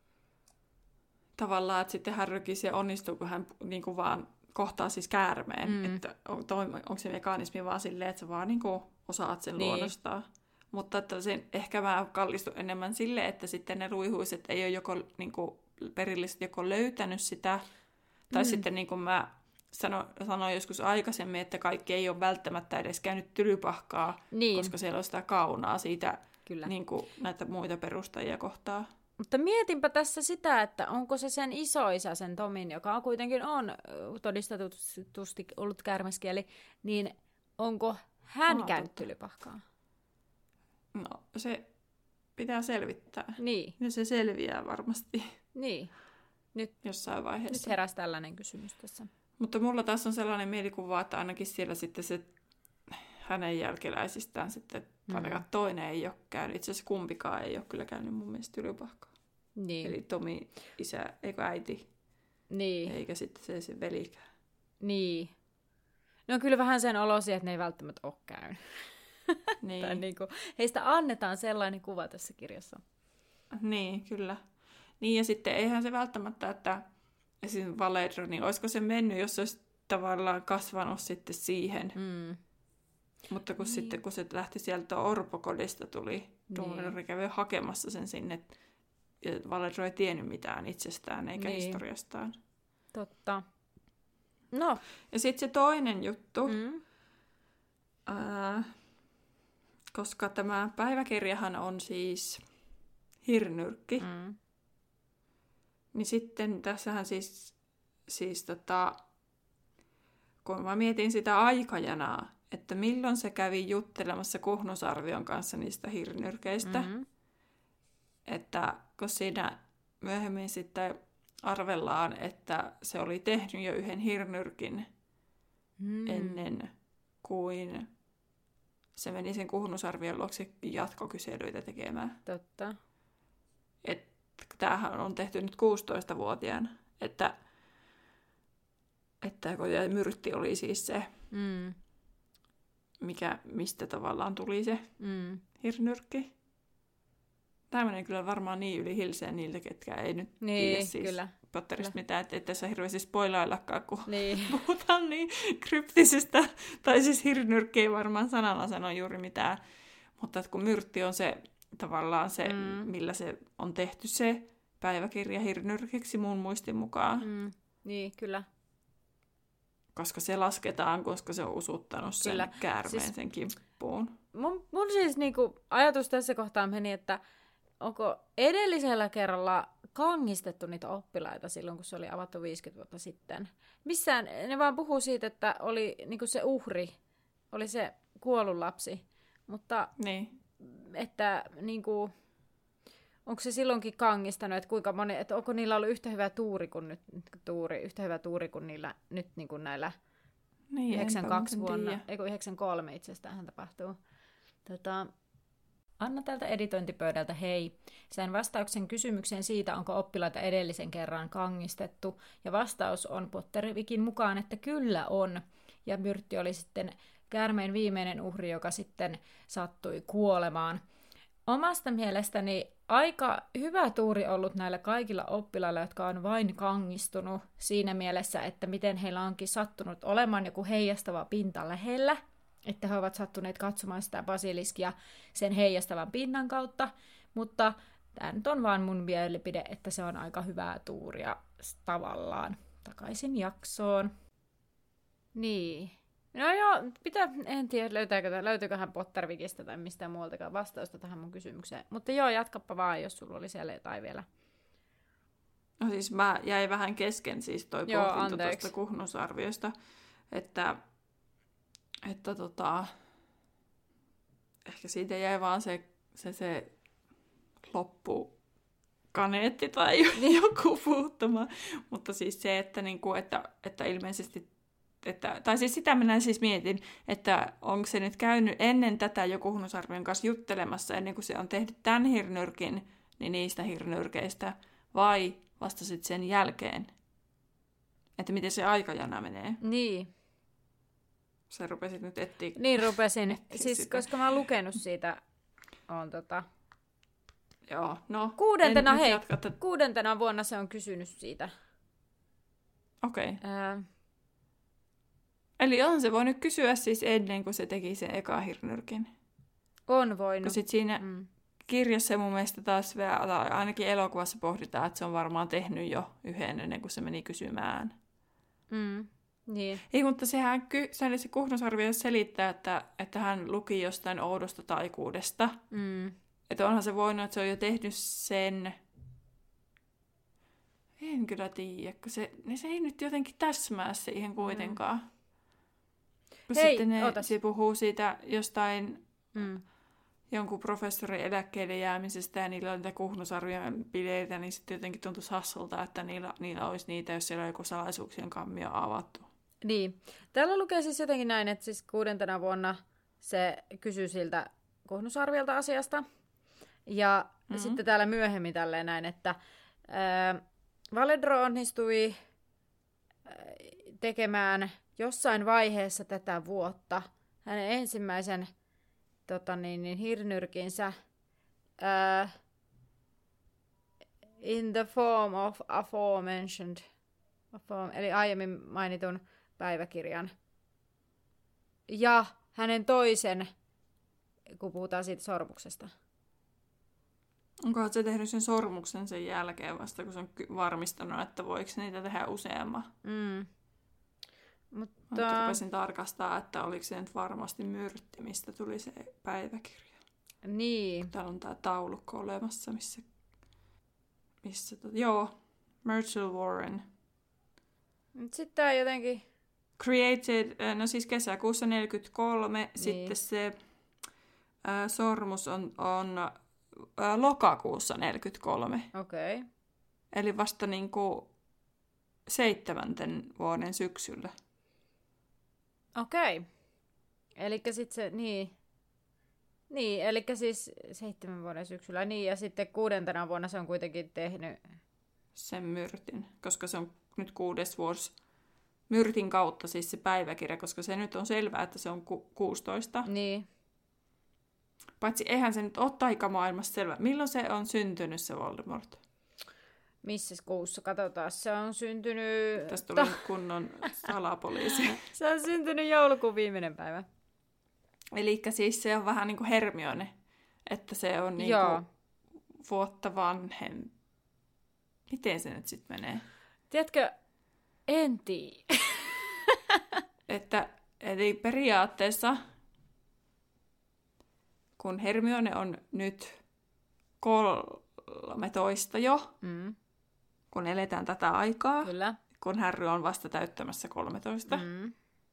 tavallaan, että sitten Harrykin se onnistuu, kun hän niinku vaan kohtaa siis käärmeen, mm. että on, onko se mekanismi vaan silleen, että sä vaan niinku osaat sen niin. luonnostaan. Mutta että sen, ehkä mä kallistun enemmän silleen, että sitten ne luihuiset ei ole joko niinku, perilliset joko löytänyt sitä, tai mm. sitten niin kuin mä Sano, sanoin joskus aikaisemmin, että kaikki ei ole välttämättä edes käynyt Tylypahkaa, niin. koska siellä on sitä kaunaa siitä niin kuin näitä muita perustajia kohtaa. Mutta mietinpä tässä sitä, että onko se sen isoisä, sen Tomin, joka kuitenkin on todistetusti ollut kärmeskieli, niin onko hän Aha, käynyt totta. Tylypahkaa? No, se pitää selvittää. Niin. Ja se selviää varmasti. Niin. Nyt, jossain vaiheessa. Nyt heräsi tällainen kysymys tässä. Mutta mulla taas on sellainen mielikuva, että ainakin siellä sitten se hänen jälkeläisistään sitten ainakaan mm. toinen ei ole käynyt. Itse asiassa kumpikaan ei ole kyllä käynyt mun mielestä Tylypahkaa. Niin. Eli Tomi isä, eikö äiti, niin. eikä sitten se, se velikään. Niin. No kyllä vähän sen olosia, että ne ei välttämättä ole käynyt. Niin. Tai niin kuin, heistä annetaan sellainen kuva tässä kirjassa. Niin, kyllä. Niin ja sitten eihän se välttämättä, että esimerkiksi Valedro, niin olisiko se mennyt, jos se olisi tavallaan kasvanut sitten siihen. Mm. Mutta kun niin. sitten, kun se lähti sieltä orpokodista, tuli, Dumbledore niin. kävi hakemassa sen sinne, ja Valedro ei tiennyt mitään itsestään eikä niin. historiastaan. Totta. No. Ja sitten se toinen juttu, mm. ää, koska tämä päiväkirjahan on siis hirnyrkki, mm. niin sitten tässähän siis, siis tota, kun mä mietin sitä aikajanaa, että milloin se kävi juttelemassa Kuhnusarvion kanssa niistä hirnyrkeistä, mm-hmm. että kun siinä myöhemmin sitten arvellaan, että se oli tehnyt jo yhden hirnyrkin mm. ennen kuin se meni sen Kuhnusarvion luokse jatkokyselyitä tekemään. Totta. Että tämähän on tehty nyt kuusitoistavuotiaana, että, että kun myrtti oli siis se, mm. mikä, mistä tavallaan tuli se mm. hirnyrkki. Tämä menee kyllä varmaan niin yli hilseen niiltä, ketkä ei nyt niin, tiedä siis kyllä. Potterista mitään, että ei tässä hirveästi spoilaillakaan, kun niin. puhutaan niin kryptisistä, tai siis hirnyrkki ei varmaan sanalla sano juuri mitään, mutta kun myrtti on se tavallaan se, mm. millä se on tehty se, päiväkirja hirnyrkiksi mun muistin mukaan. Mm, niin, kyllä. Koska se lasketaan, koska se on usuttanut sen Kyllä. käärmeen Siis- sen kimppuun. Mun, mun siis niinku ajatus tässä kohtaa meni, että onko edellisellä kerralla kangistettu niitä oppilaita silloin, kun se oli avattu viisikymmentä vuotta sitten. Missään, ne vaan puhuu siitä, että oli niinku se uhri, oli se kuollut lapsi, mutta Niin. että niinku, onko se silloinkin kangistanut, että kuinka moni, että onko niillä ollut yhtä hyvä tuuri kuin nyt, tuuri, yhtä hyvä tuuri kuin niillä nyt niinku näillä Niin, yhdeksänkymmentäkaksi enpä vuonna, tiedä. ei kun yhdeksänkymmentäkolme itse asiassa tähän tapahtuu. Tota, Anna täältä editointipöydältä hei. Sain vastauksen kysymykseen siitä, onko oppilaita edellisen kerran kangistettu, ja vastaus on Pottervikin mukaan, että kyllä on. Ja Myrtti oli sitten käärmeen viimeinen uhri, joka sitten sattui kuolemaan. Omasta mielestäni aika hyvä tuuri ollut näillä kaikilla oppilailla, jotka on vain kangistunut siinä mielessä, että miten heillä onkin sattunut olemaan joku heijastava pinta lähellä, että he ovat sattuneet katsomaan sitä basiliskia sen heijastavan pinnan kautta, mutta tämä nyt on vaan mun mielipide, että se on aika hyvää tuuria tavallaan. Takaisin jaksoon. Niin. No joo, pitää, en tiedä löytääkö, löytyyköhän Pottervikistä tai mistään muualtakaan vastausta tähän mun kysymykseen. Mutta joo, jatkappa vaan, jos sulla oli siellä jotain vielä. No siis mä jäin vähän kesken siis toi Joo, pohdinta anteeksi. tuosta kuhnusarviosta, että, että tota, ehkä siitä jäi vaan se, se, se loppu kaneetti tai joku puuttumaan. Mutta siis se, että, niinku, että, että ilmeisesti, että, tai siis sitä minä siis mietin, että onko se nyt käynyt ennen tätä jo kuhnusarvion kanssa juttelemassa, ennen kuin se on tehnyt tämän hirnyrkin, niin niistä hirnyrkeistä, vai vasta sitten sen jälkeen. Että miten se aikajana menee. Niin, Sä rupesit nyt etsiä. niin rupesin. Etsiä Siis sitä. koska mä oon lukenut siitä, on tota... Joo, no. Kuudentena, en nyt hei, jatka tätä. kuudentena vuonna se on kysynyt siitä. Okei. Okay. Ää, Eli on se voinut kysyä siis ennen kuin se teki sen eka hirnyrkin. on voinut. Kun sit siinä Mm. kirjassa mun mielestä taas vielä, tai ainakin elokuvassa pohditaan, että se on varmaan tehnyt jo yhden ennen kuin se meni kysymään. Mm. Niin. Ei, mutta sehän ky- se, se kuhnusarvio selittää, että, että hän luki jostain oudosta taikuudesta. Mm. Että onhan se voinut, että se on jo tehnyt sen. En kyllä tiedä, kun se, ne se ei nyt jotenkin täsmää siihen kuitenkaan. Mm. Kun Hei, sitten ne, ootas. se puhuu siitä jostain Mm. jonkun professorin eläkkeelle jäämisestä ja niillä on niitä kuhnusarvion bileitä, niin sitten jotenkin tuntuisi hassulta, että niillä, niillä olisi niitä, jos siellä on joku salaisuuksien kammio avattu. Niin. Täällä lukee siis jotenkin näin, että siis kuudentena vuonna se kysyy siltä kuhnusarviolta asiasta. Ja mm-hmm. sitten täällä myöhemmin tälleen näin, että ää, Valedro onnistui ää, tekemään jossain vaiheessa tätä vuotta hänen ensimmäisen tota niin, niin, hirnyrkinsä ää, in the form of aforementioned, afore, eli aiemmin mainitun päiväkirjan. Ja hänen toisen, kun puhutaan siitä sormuksesta. Onkohan se tehnyt sen sormuksen sen jälkeen vasta, kun se on ky- varmistanut, että voiko niitä tehdä useamman? Mm. Mä Mutta rupesin tarkastaa, että oliko se nyt varmasti Myrtti, mistä tuli se päiväkirja. niin, Täällä on tää taulukko olemassa, missä... missä tot... Joo, Myrtle Warren. sitten tää jotenkin, Created, no siis kesäkuussa neljäkymmentäkolme, Niin. sitten se ää, sormus on, on ää, lokakuussa neljäkymmentäkolme. okei. Okay. Eli vasta niinku seitsemänten vuoden syksyllä. Okei. Okay. Elikkä sit se, niin. Niin, elikkä siis seitsemän vuoden syksyllä, niin, ja sitten kuudentena vuonna se on kuitenkin tehnyt. Sen Myrtin, koska se on nyt kuudes vuosi Myrtin kautta siis se päiväkirja, koska se nyt on selvää, että se on ku- kuusitoista. Niin. Paitsi eihän se nyt ole taikamaailmassa selvä. Milloin se on syntynyt se Voldemort? Missä kuussa? Katsotaan. Se on syntynyt... Tästä tuli nyt kunnon salapoliisi. Se on syntynyt joulukuun viimeinen päivä. Eli siis se on vähän niin kuin Hermione, että se on niin Joo. kuin vuotta vanhempi. Miten se nyt sitten menee? Tiedätkö, en tiedä. Että, eli periaatteessa, kun Hermione on nyt kolmetoista jo, Mm. kun eletään tätä aikaa, Kyllä. kun Harry on vasta täyttämässä kolmetoista, Mm.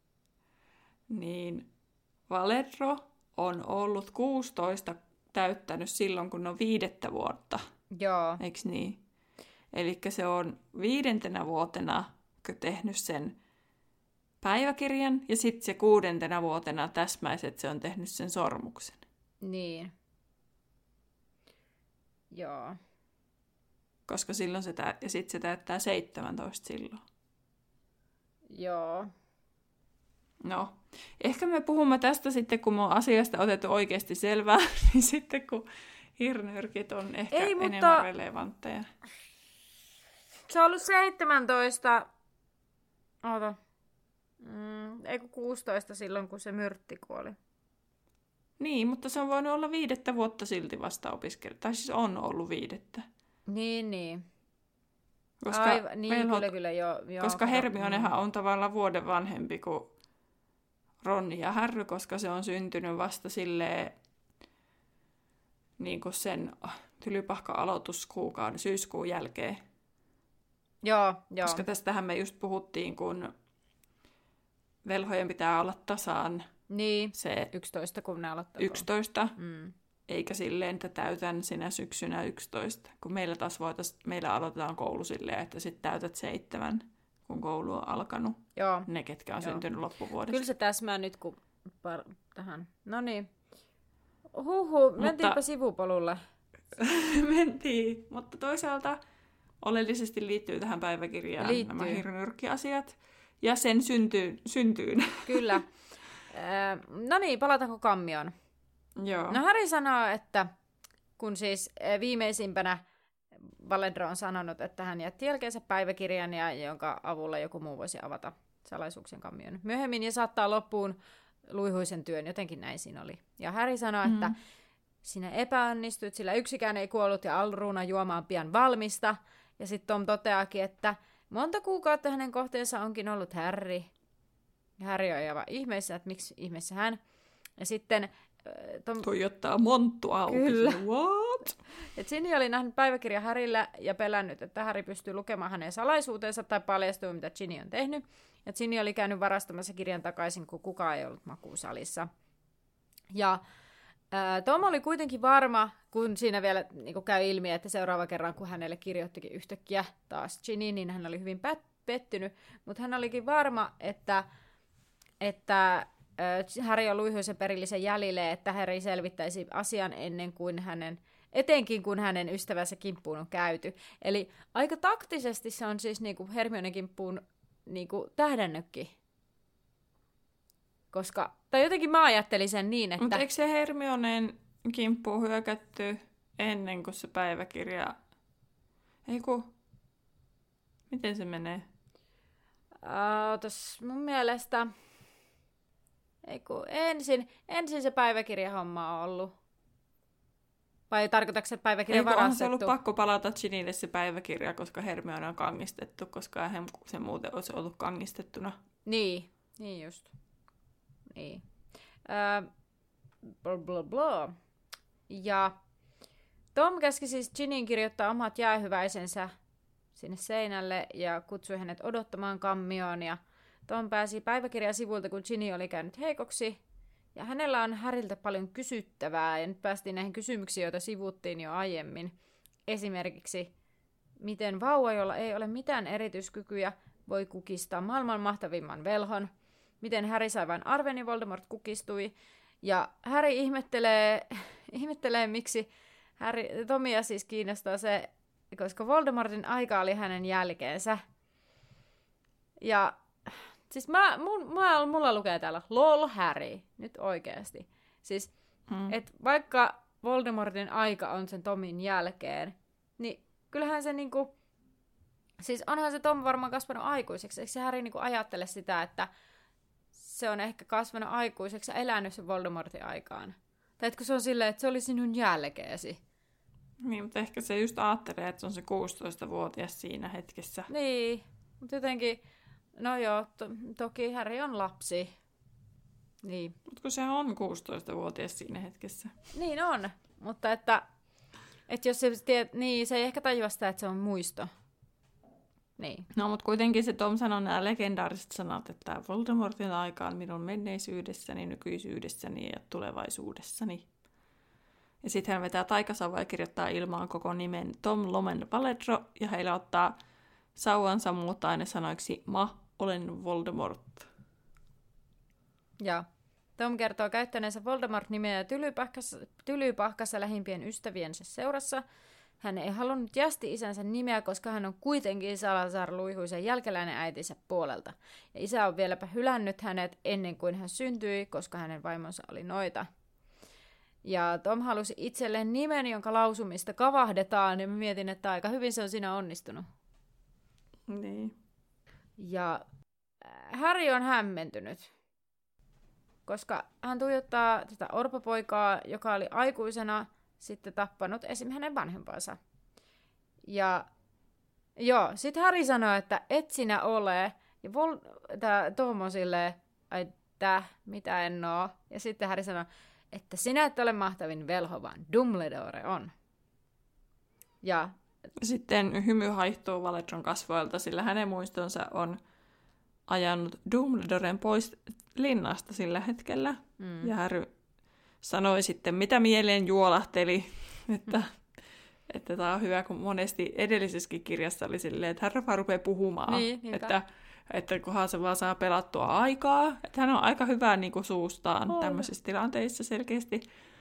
niin Valedro on ollut kuusitoista täyttänyt silloin, kun on viidettä vuotta. Joo. Eiks niin? Eli se on viidentenä vuotena tehnyt sen päiväkirjan, ja sitten se kuudentena vuotena täsmäiset se on tehnyt sen sormuksen. Niin. Joo. Koska silloin se, tä- ja sitten se täyttää seitsemäntoista silloin. Joo. No, ehkä me puhumme tästä sitten, kun me on asiasta otettu oikeasti selvää, niin sitten kun hirnyrkit on ehkä Ei, mutta... enemmän relevantteja. Se on ollut seitsemäntoista... Oota. Mm, ei kun kuusitoista silloin, kun se myrtti kuoli. Niin, mutta se on voinut olla viidettä vuotta silti vasta opiskella. Tai siis on ollut viidettä. Niin, niin. Koska, Aivan, niin velhot, kyllä, kyllä, joo. joo koska kato, Hermionehan mm. on tavallaan vuoden vanhempi kuin Ron ja Harry, koska se on syntynyt vasta silleen niin kuin sen tylypahka-aloituskuukauden syyskuun jälkeen. Joo, joo. Koska tästähän me just puhuttiin, kun velhojen pitää olla tasaan Niin, se yksitoista kun ne aloittaa. yksitoista, Mm. eikä silleen, että täytän sinä syksynä yksitoista. Kun meillä taas voitais, meillä aloitetaan koulu silleen, että sit täytät seitsemän, kun koulu on alkanut. Joo. Ne, ketkä on Joo. syntynyt loppuvuodesta. Kyllä se täsmää nyt, kun par- tähän. No niin. Huhu, Mutta... mentiinpä sivupolulle. Mentiin, mutta toisaalta oleellisesti liittyy tähän päiväkirjaan Liittyy. nämä hirnyrkkiasiat ja sen syntyyn. syntyyn. Kyllä. Äh, no niin, palataanko kammioon? Joo. No Harry sanoo, että kun siis äh, viimeisimpänä Valedro on sanonut, että hän jätti jälkeensä päiväkirjan, ja jonka avulla joku muu voisi avata salaisuuksien kammion myöhemmin ja saattaa loppuun luihuisen työn, jotenkin näin siinä oli. Ja Harry sanoi, mm-hmm. että sinä epäonnistuit, sillä yksikään ei kuollut ja Alruuna juoma on pian valmista. Ja sitten Tom toteakin, että monta kuukautta hänen kohteensa onkin ollut Harry. Ja Harry on aivan ihmeessä, että miksi ihmeessä hän. Ja sitten Tom... Tuijottaa monttu auki. Kyllä. What? Et Ginny oli nähnyt päiväkirjan Harryllä ja pelännyt, että Harry pystyy lukemaan hänen salaisuutensa tai paljastuu, mitä Ginny on tehnyt. Ja Ginny oli käynyt varastamassa kirjan takaisin, kun kukaan ei ollut makuusalissa. Ja ää, Tom oli kuitenkin varma, kun siinä vielä niin käy ilmi, että seuraava kerran, kun hänelle kirjoittikin yhtäkkiä taas Ginny, niin hän oli hyvin pät- pettynyt. Mutta hän olikin varma, että, että Harry on luihuisen perillisen jäljille, että Harry selvittäisi asian ennen kuin hänen, etenkin kun hänen ystävänsä kimppuun on käyty. Eli aika taktisesti se on siis niinku Hermionen kimppuun niinku tähdännytkin. Koska, tai jotenkin mä ajattelin sen niin, että... Mutta eikö se Hermioneen kimppuun hyökätty ennen kuin se päiväkirja... Ei ku... Miten se menee? Uh, tos mun mielestä... Eiku, ensin, ensin se päiväkirjahomma on ollut. Vai tarkoitatko se, että päiväkirja on varastettu? Onhan se ollut pakko palata Ginnylle se päiväkirja, koska Hermione on kangistettu, koska eihän se muuten olisi ollut kangistettuna. Niin, niin just. Niin. Öö, bla bla bla. Ja Tom käski siis Ginnyn kirjoittaa omat jäähyväisensä sinne seinälle ja kutsui hänet odottamaan kammioon. Ja Tom pääsi päiväkirjan sivulta, kun Ginny oli käynyt heikoksi. Ja hänellä on Harryltä paljon kysyttävää, ja nyt päästiin näihin kysymyksiin, joita sivuttiin jo aiemmin. Esimerkiksi, miten vauva, jolla ei ole mitään erityiskykyjä, voi kukistaa maailman mahtavimman velhon. Miten Harry sai vain arven ja Voldemort kukistui. Ja Harry ihmettelee, ihmettelee miksi Harry, Tomia siis kiinnostaa se, koska Voldemortin aika oli hänen jälkeensä. Ja siis mä, mun, mä, mulla lukee täällä, lol Harry, nyt oikeasti. Siis, mm. että vaikka Voldemortin aika on sen Tomin jälkeen, niin kyllähän se niinku, siis onhan se Tom varmaan kasvanut aikuiseksi. Eikö se Harry niinku ajattele sitä, että se on ehkä kasvanut aikuiseksi ja elänyt sen Voldemortin aikaan? Tai etkö se on silleen, että se oli sinun jälkeesi? Niin, mutta ehkä se just ajattelee, että se on se kuusitoistavuotias siinä hetkessä. Niin, mutta jotenkin, no joo, to, toki Harry on lapsi. Niin. Mutta kun se on kuusitoistavuotias siinä hetkessä. Niin on, mutta että, että jos se, tiedät, niin, se ei ehkä tajua sitä, että se on muisto. Niin. No, mutta kuitenkin se Tom sanoi nämä legendaariset sanat, että Voldemortin aikaan minun menneisyydessäni, nykyisyydessäni ja tulevaisuudessani. Ja sitten hän vetää taikasauva ja kirjoittaa ilmaan koko nimen Tom Lomen Valedro, ja heillä ottaa sauvansa muuttaa aina sanoiksi Ma, olen Voldemort. Ja Tom kertoo käyttäneensä Voldemort-nimeä tylypahkassa, tylypahkassa lähimpien ystäviensä seurassa. Hän ei halunnut jästi isänsä nimeä, koska hän on kuitenkin Salazar Luihuisen jälkeläinen äitinsä puolelta. Ja isä on vieläpä hylännyt hänet ennen kuin hän syntyi, koska hänen vaimonsa oli noita. Ja Tom halusi itselleen nimen, jonka lausumista kavahdetaan, ja mä mietin, että aika hyvin se on siinä onnistunut. Niin. Ja Harry on hämmentynyt, koska hän tuijottaa tätä orpopoikaa, joka oli aikuisena sitten tappanut esim. Hänen vanhempansa. Ja joo, sitten Harry sanoi, että et sinä ole. Ja Vol- tää Tom on silleen, ai täh, mitä en oo. Ja sitten Harry sanoi, että sinä et ole mahtavin velho, vaan Dumbledore on. Ja sitten hymy haihtuu Valedron kasvoilta, sillä hänen muistonsa on ajanut Dumbledoren pois linnasta sillä hetkellä. Mm. Ja Harry sanoi sitten, mitä mieleen juolahteli, että, että tämä on hyvä, kun monesti edellisessäkin kirjassa oli silleen, että Harry vaan rupeaa puhumaan, niin, että, että kunhan se vaan saa pelattua aikaa. Että hän on aika hyvä niin kuin suustaan on tämmöisissä tilanteissa selkeästi.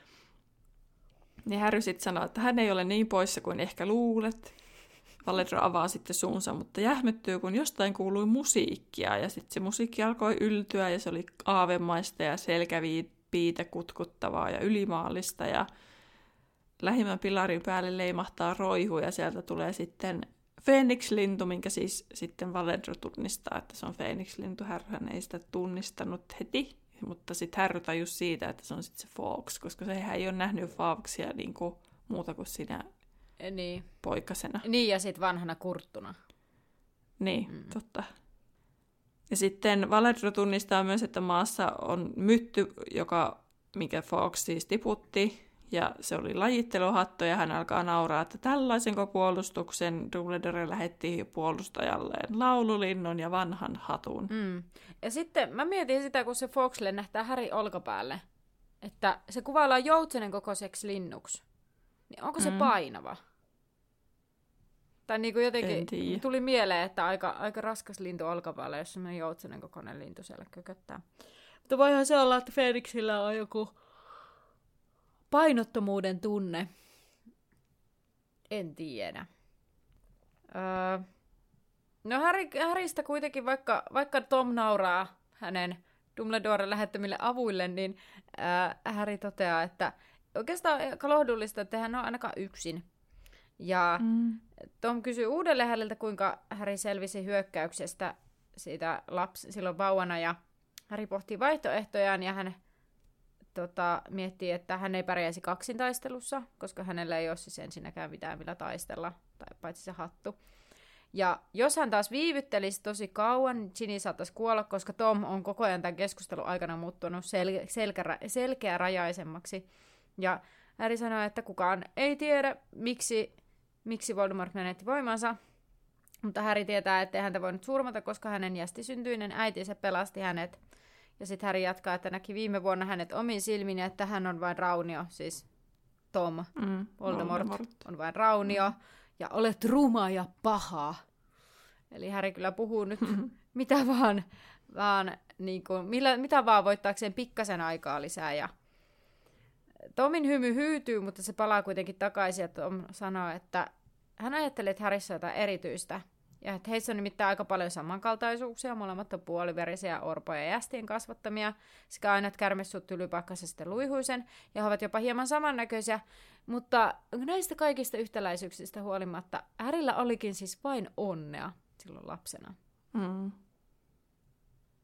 Niin Harry sitten sanoi, että hän ei ole niin poissa kuin ehkä luulet. Valedro avaa sitten suunsa, mutta jähmettyy, kun jostain kuului musiikkia. Ja sitten se musiikki alkoi yltyä ja se oli aavemaista ja selkäpiitä kutkuttavaa ja ylimaallista. Ja lähimmän pilarin päälle leimahtaa roihu ja sieltä tulee sitten Phoenix-lintu, minkä siis sitten Valedro tunnistaa, että se on Phoenix-lintu. Harryhän ei sitä tunnistanut heti, mutta sitten Harry tajusi siitä, että se on sitten se Fawkes, koska sehän ei ole nähnyt Fawkesia niin kuin muuta kuin siinä niin. poikasena. Niin, ja sitten vanhana kurttuna. Niin, mm. totta. Ja sitten Valedro tunnistaa myös, että maassa on mytty, joka, mikä Fawkes siis tiputti, ja se oli lajitteluhatto, ja hän alkaa nauraa, että tällaisenko puolustuksen Dumbledore lähetti puolustajalleen laululinnun ja vanhan hatun. Mm. Ja sitten mä mietin sitä, kun se Fawkes lennähtää Harry olkapäälle, että se kuvaillaan joutsenen kokoiseksi linnuksi. Niin onko se mm. painava? Tai niin kuin jotenkin tuli mieleen, että aika, aika raskas lintu olkapäällä, jos semmoinen joutsenen kokoinen lintu siellä kököttää. Mutta voihan se olla, että Phoenixillä on joku painottomuuden tunne. En tiedä. Öö, no Harry, Harrystä kuitenkin, vaikka, vaikka Tom nauraa hänen Dumbledoren lähettämille avuille, niin ää, Harry toteaa, että oikeastaan aika lohdullista, että hän on ainakaan yksin. Ja mm. Tom kysyy uudelleen häneltä, kuinka Harry selvisi hyökkäyksestä siitä lapsi, silloin vauvana, ja Harry pohtii vaihtoehtojaan, ja hän tota, miettii, että hän ei pärjäisi kaksintaistelussa, koska hänellä ei ole siis ensinnäkään mitään millä taistella, tai paitsi se hattu. Ja jos hän taas viivyttelisi tosi kauan, Ginny saattaisi kuolla, koska Tom on koko ajan tämän keskustelun aikana muuttunut sel- selkä- selkeärajaisemmaksi. Ja Harry sanoi, että kukaan ei tiedä, miksi, miksi Voldemort menetti voimansa, mutta Harry tietää, ettei häntä voinut surmata, koska hänen jästisyntyinen äitinsä pelasti hänet. Ja sitten Harry jatkaa, että näki viime vuonna hänet omin silmin, että hän on vain raunio, siis Tom, mm, Voldemort, Voldemort on vain raunio, mm. ja olet ruma ja paha. Eli Harry kyllä puhuu nyt mm-hmm. mitä vaan, vaan niin kuin, millä, mitä vaan voittaakseen pikkasen aikaa lisää. Ja Tomin hymy hyytyy, mutta se palaa kuitenkin takaisin, ja Tom sanoo, että hän ajattelee, että Harryssä on jotain erityistä. Ja että heissä on nimittäin aika paljon samankaltaisuuksia, molemmat on puoliverisiä orpoja ja jästien kasvattamia, sekä aina kärmessut Tylypakkassa sitten Luihuisen, ja he ovat jopa hieman samannäköisiä, mutta näistä kaikista yhtäläisyyksistä huolimatta Harryllä olikin siis vain onnea silloin lapsena. Mm.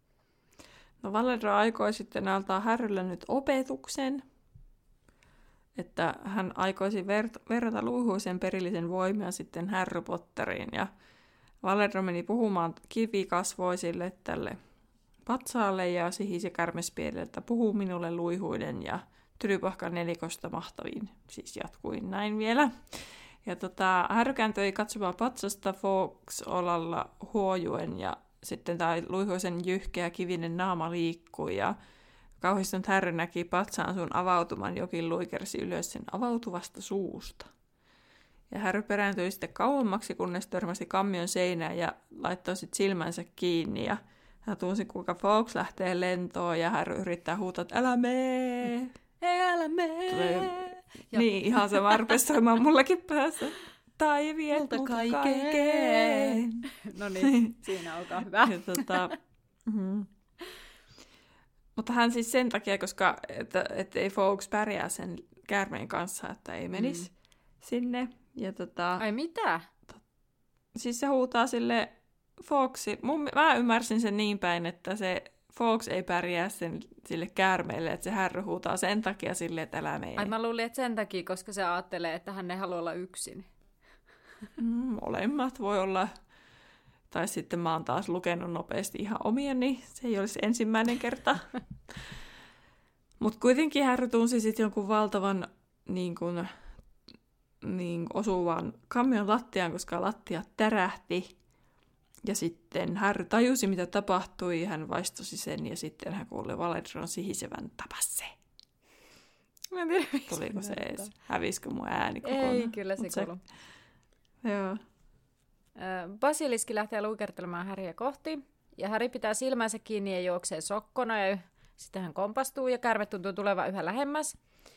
No Valedro aikoi sitten antaa Harrylle nyt opetuksen, että hän aikoisi ver- verrata luihuisen perillisen voimia sitten Harry Potteriin. Ja Valedro meni puhumaan kivikasvoisille tälle patsaalle ja sihisi kärmespieleltä, puhuu minulle luihuiden ja Tylypahkan nelikosta mahtaviin. Siis jatkuin näin vielä. Ja tota, Harry kääntyi katsomaan patsasta Fawkes-olalla huojuen ja sitten tämä luihuisen jyhkeä kivinen naama liikkui ja kauhistunut Harry näki patsaan sun avautuman, jokin luikersi ylös sen avautuvasta suusta. Ja Harry perääntyi sitten kauemmaksi, kunnes törmäsi kammion seinään ja laittoi sitten silmänsä kiinni. Ja hän tunsi, kuinka Fawkes lähtee lentoon ja Harry yrittää huutaa, että älä mee! Ei, älä mee! Tulee... Niin, ihan sama rupesi soimaan mullakin päässä. Tai viet multa kaikkeen. kaikkeen. No niin, siinä olkaa hyvä. Ja, tota, mm. Mutta hän siis sen takia, koska että, että ei Fawkes pärjää sen käärmeen kanssa, että ei menisi mm. sinne. Ja tota, ai mitä? Siis se huutaa sille Fawkesi. Mun, mä ymmärsin sen niin päin, että se Fawkes ei pärjää sen, sille käärmeelle, että se Harry huutaa sen takia sille, että älä mene. Ai mä luulin, että sen takia, koska se ajattelee, että hän ei halua olla yksin. Mm, molemmat voi olla. Tai sitten mä oon taas lukenut nopeasti ihan omia, niin se ei olisi ensimmäinen kerta. Mutta kuitenkin Harry tunsi sitten jonkun valtavan niin kun, niin osuvan kammion lattiaan, koska lattia tärähti. Ja sitten Harry tajusi, mitä tapahtui, hän vaistosi sen ja sitten hän kuuli Valedron sihisevän, tapas se. Mä en tiedä, tuliko se edes? Hävisikö mun ääni kokonaan? Ei, kyllä se kuuluu. Joo. Basiliski lähtee luikertelemaan Harryä kohti, ja Harry pitää silmänsä kiinni ja juoksee sokkona, ja sitten hän kompastuu, ja käärme tuntuu tulevan yhä lähemmäs.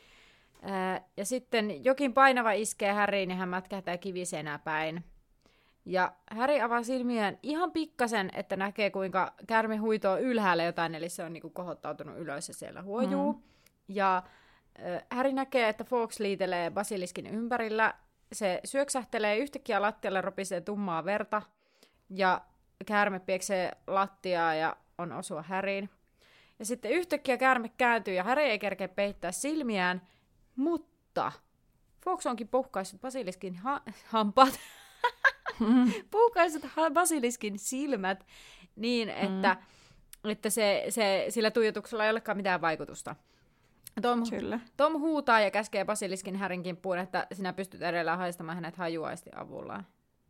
Ja sitten jokin painava iskee Harryin, ja hän mätkähtää kiviseinää päin. Ja Harry avaa silmiään ihan pikkasen, että näkee, kuinka käärme huitoo ylhäällä jotain, eli se on niinku kohottautunut ylös ja siellä huojuu. Mm. Ja Harry näkee, että Fawkes liitelee basiliskin ympärillä. Se syöksähtelee yhtäkkiä lattialle, ropisee tummaa verta, ja käärme pieksee lattiaa ja on osua Harryin. Ja sitten yhtäkkiä käärme kääntyy, ja Harry ei kerkeä peittää silmiään, mutta Fawkes onkin puhkaissut basiliskin ha- hampaat, mm. puhkaissut ha- basiliskin silmät niin, että, mm. että se, se, sillä tuijotuksella ei olekaan mitään vaikutusta. Tom, Tom huutaa ja käskee basiliskin Harryn kimppuun, että sinä pystyt edelleen haistamaan hänet hajuaistin avulla.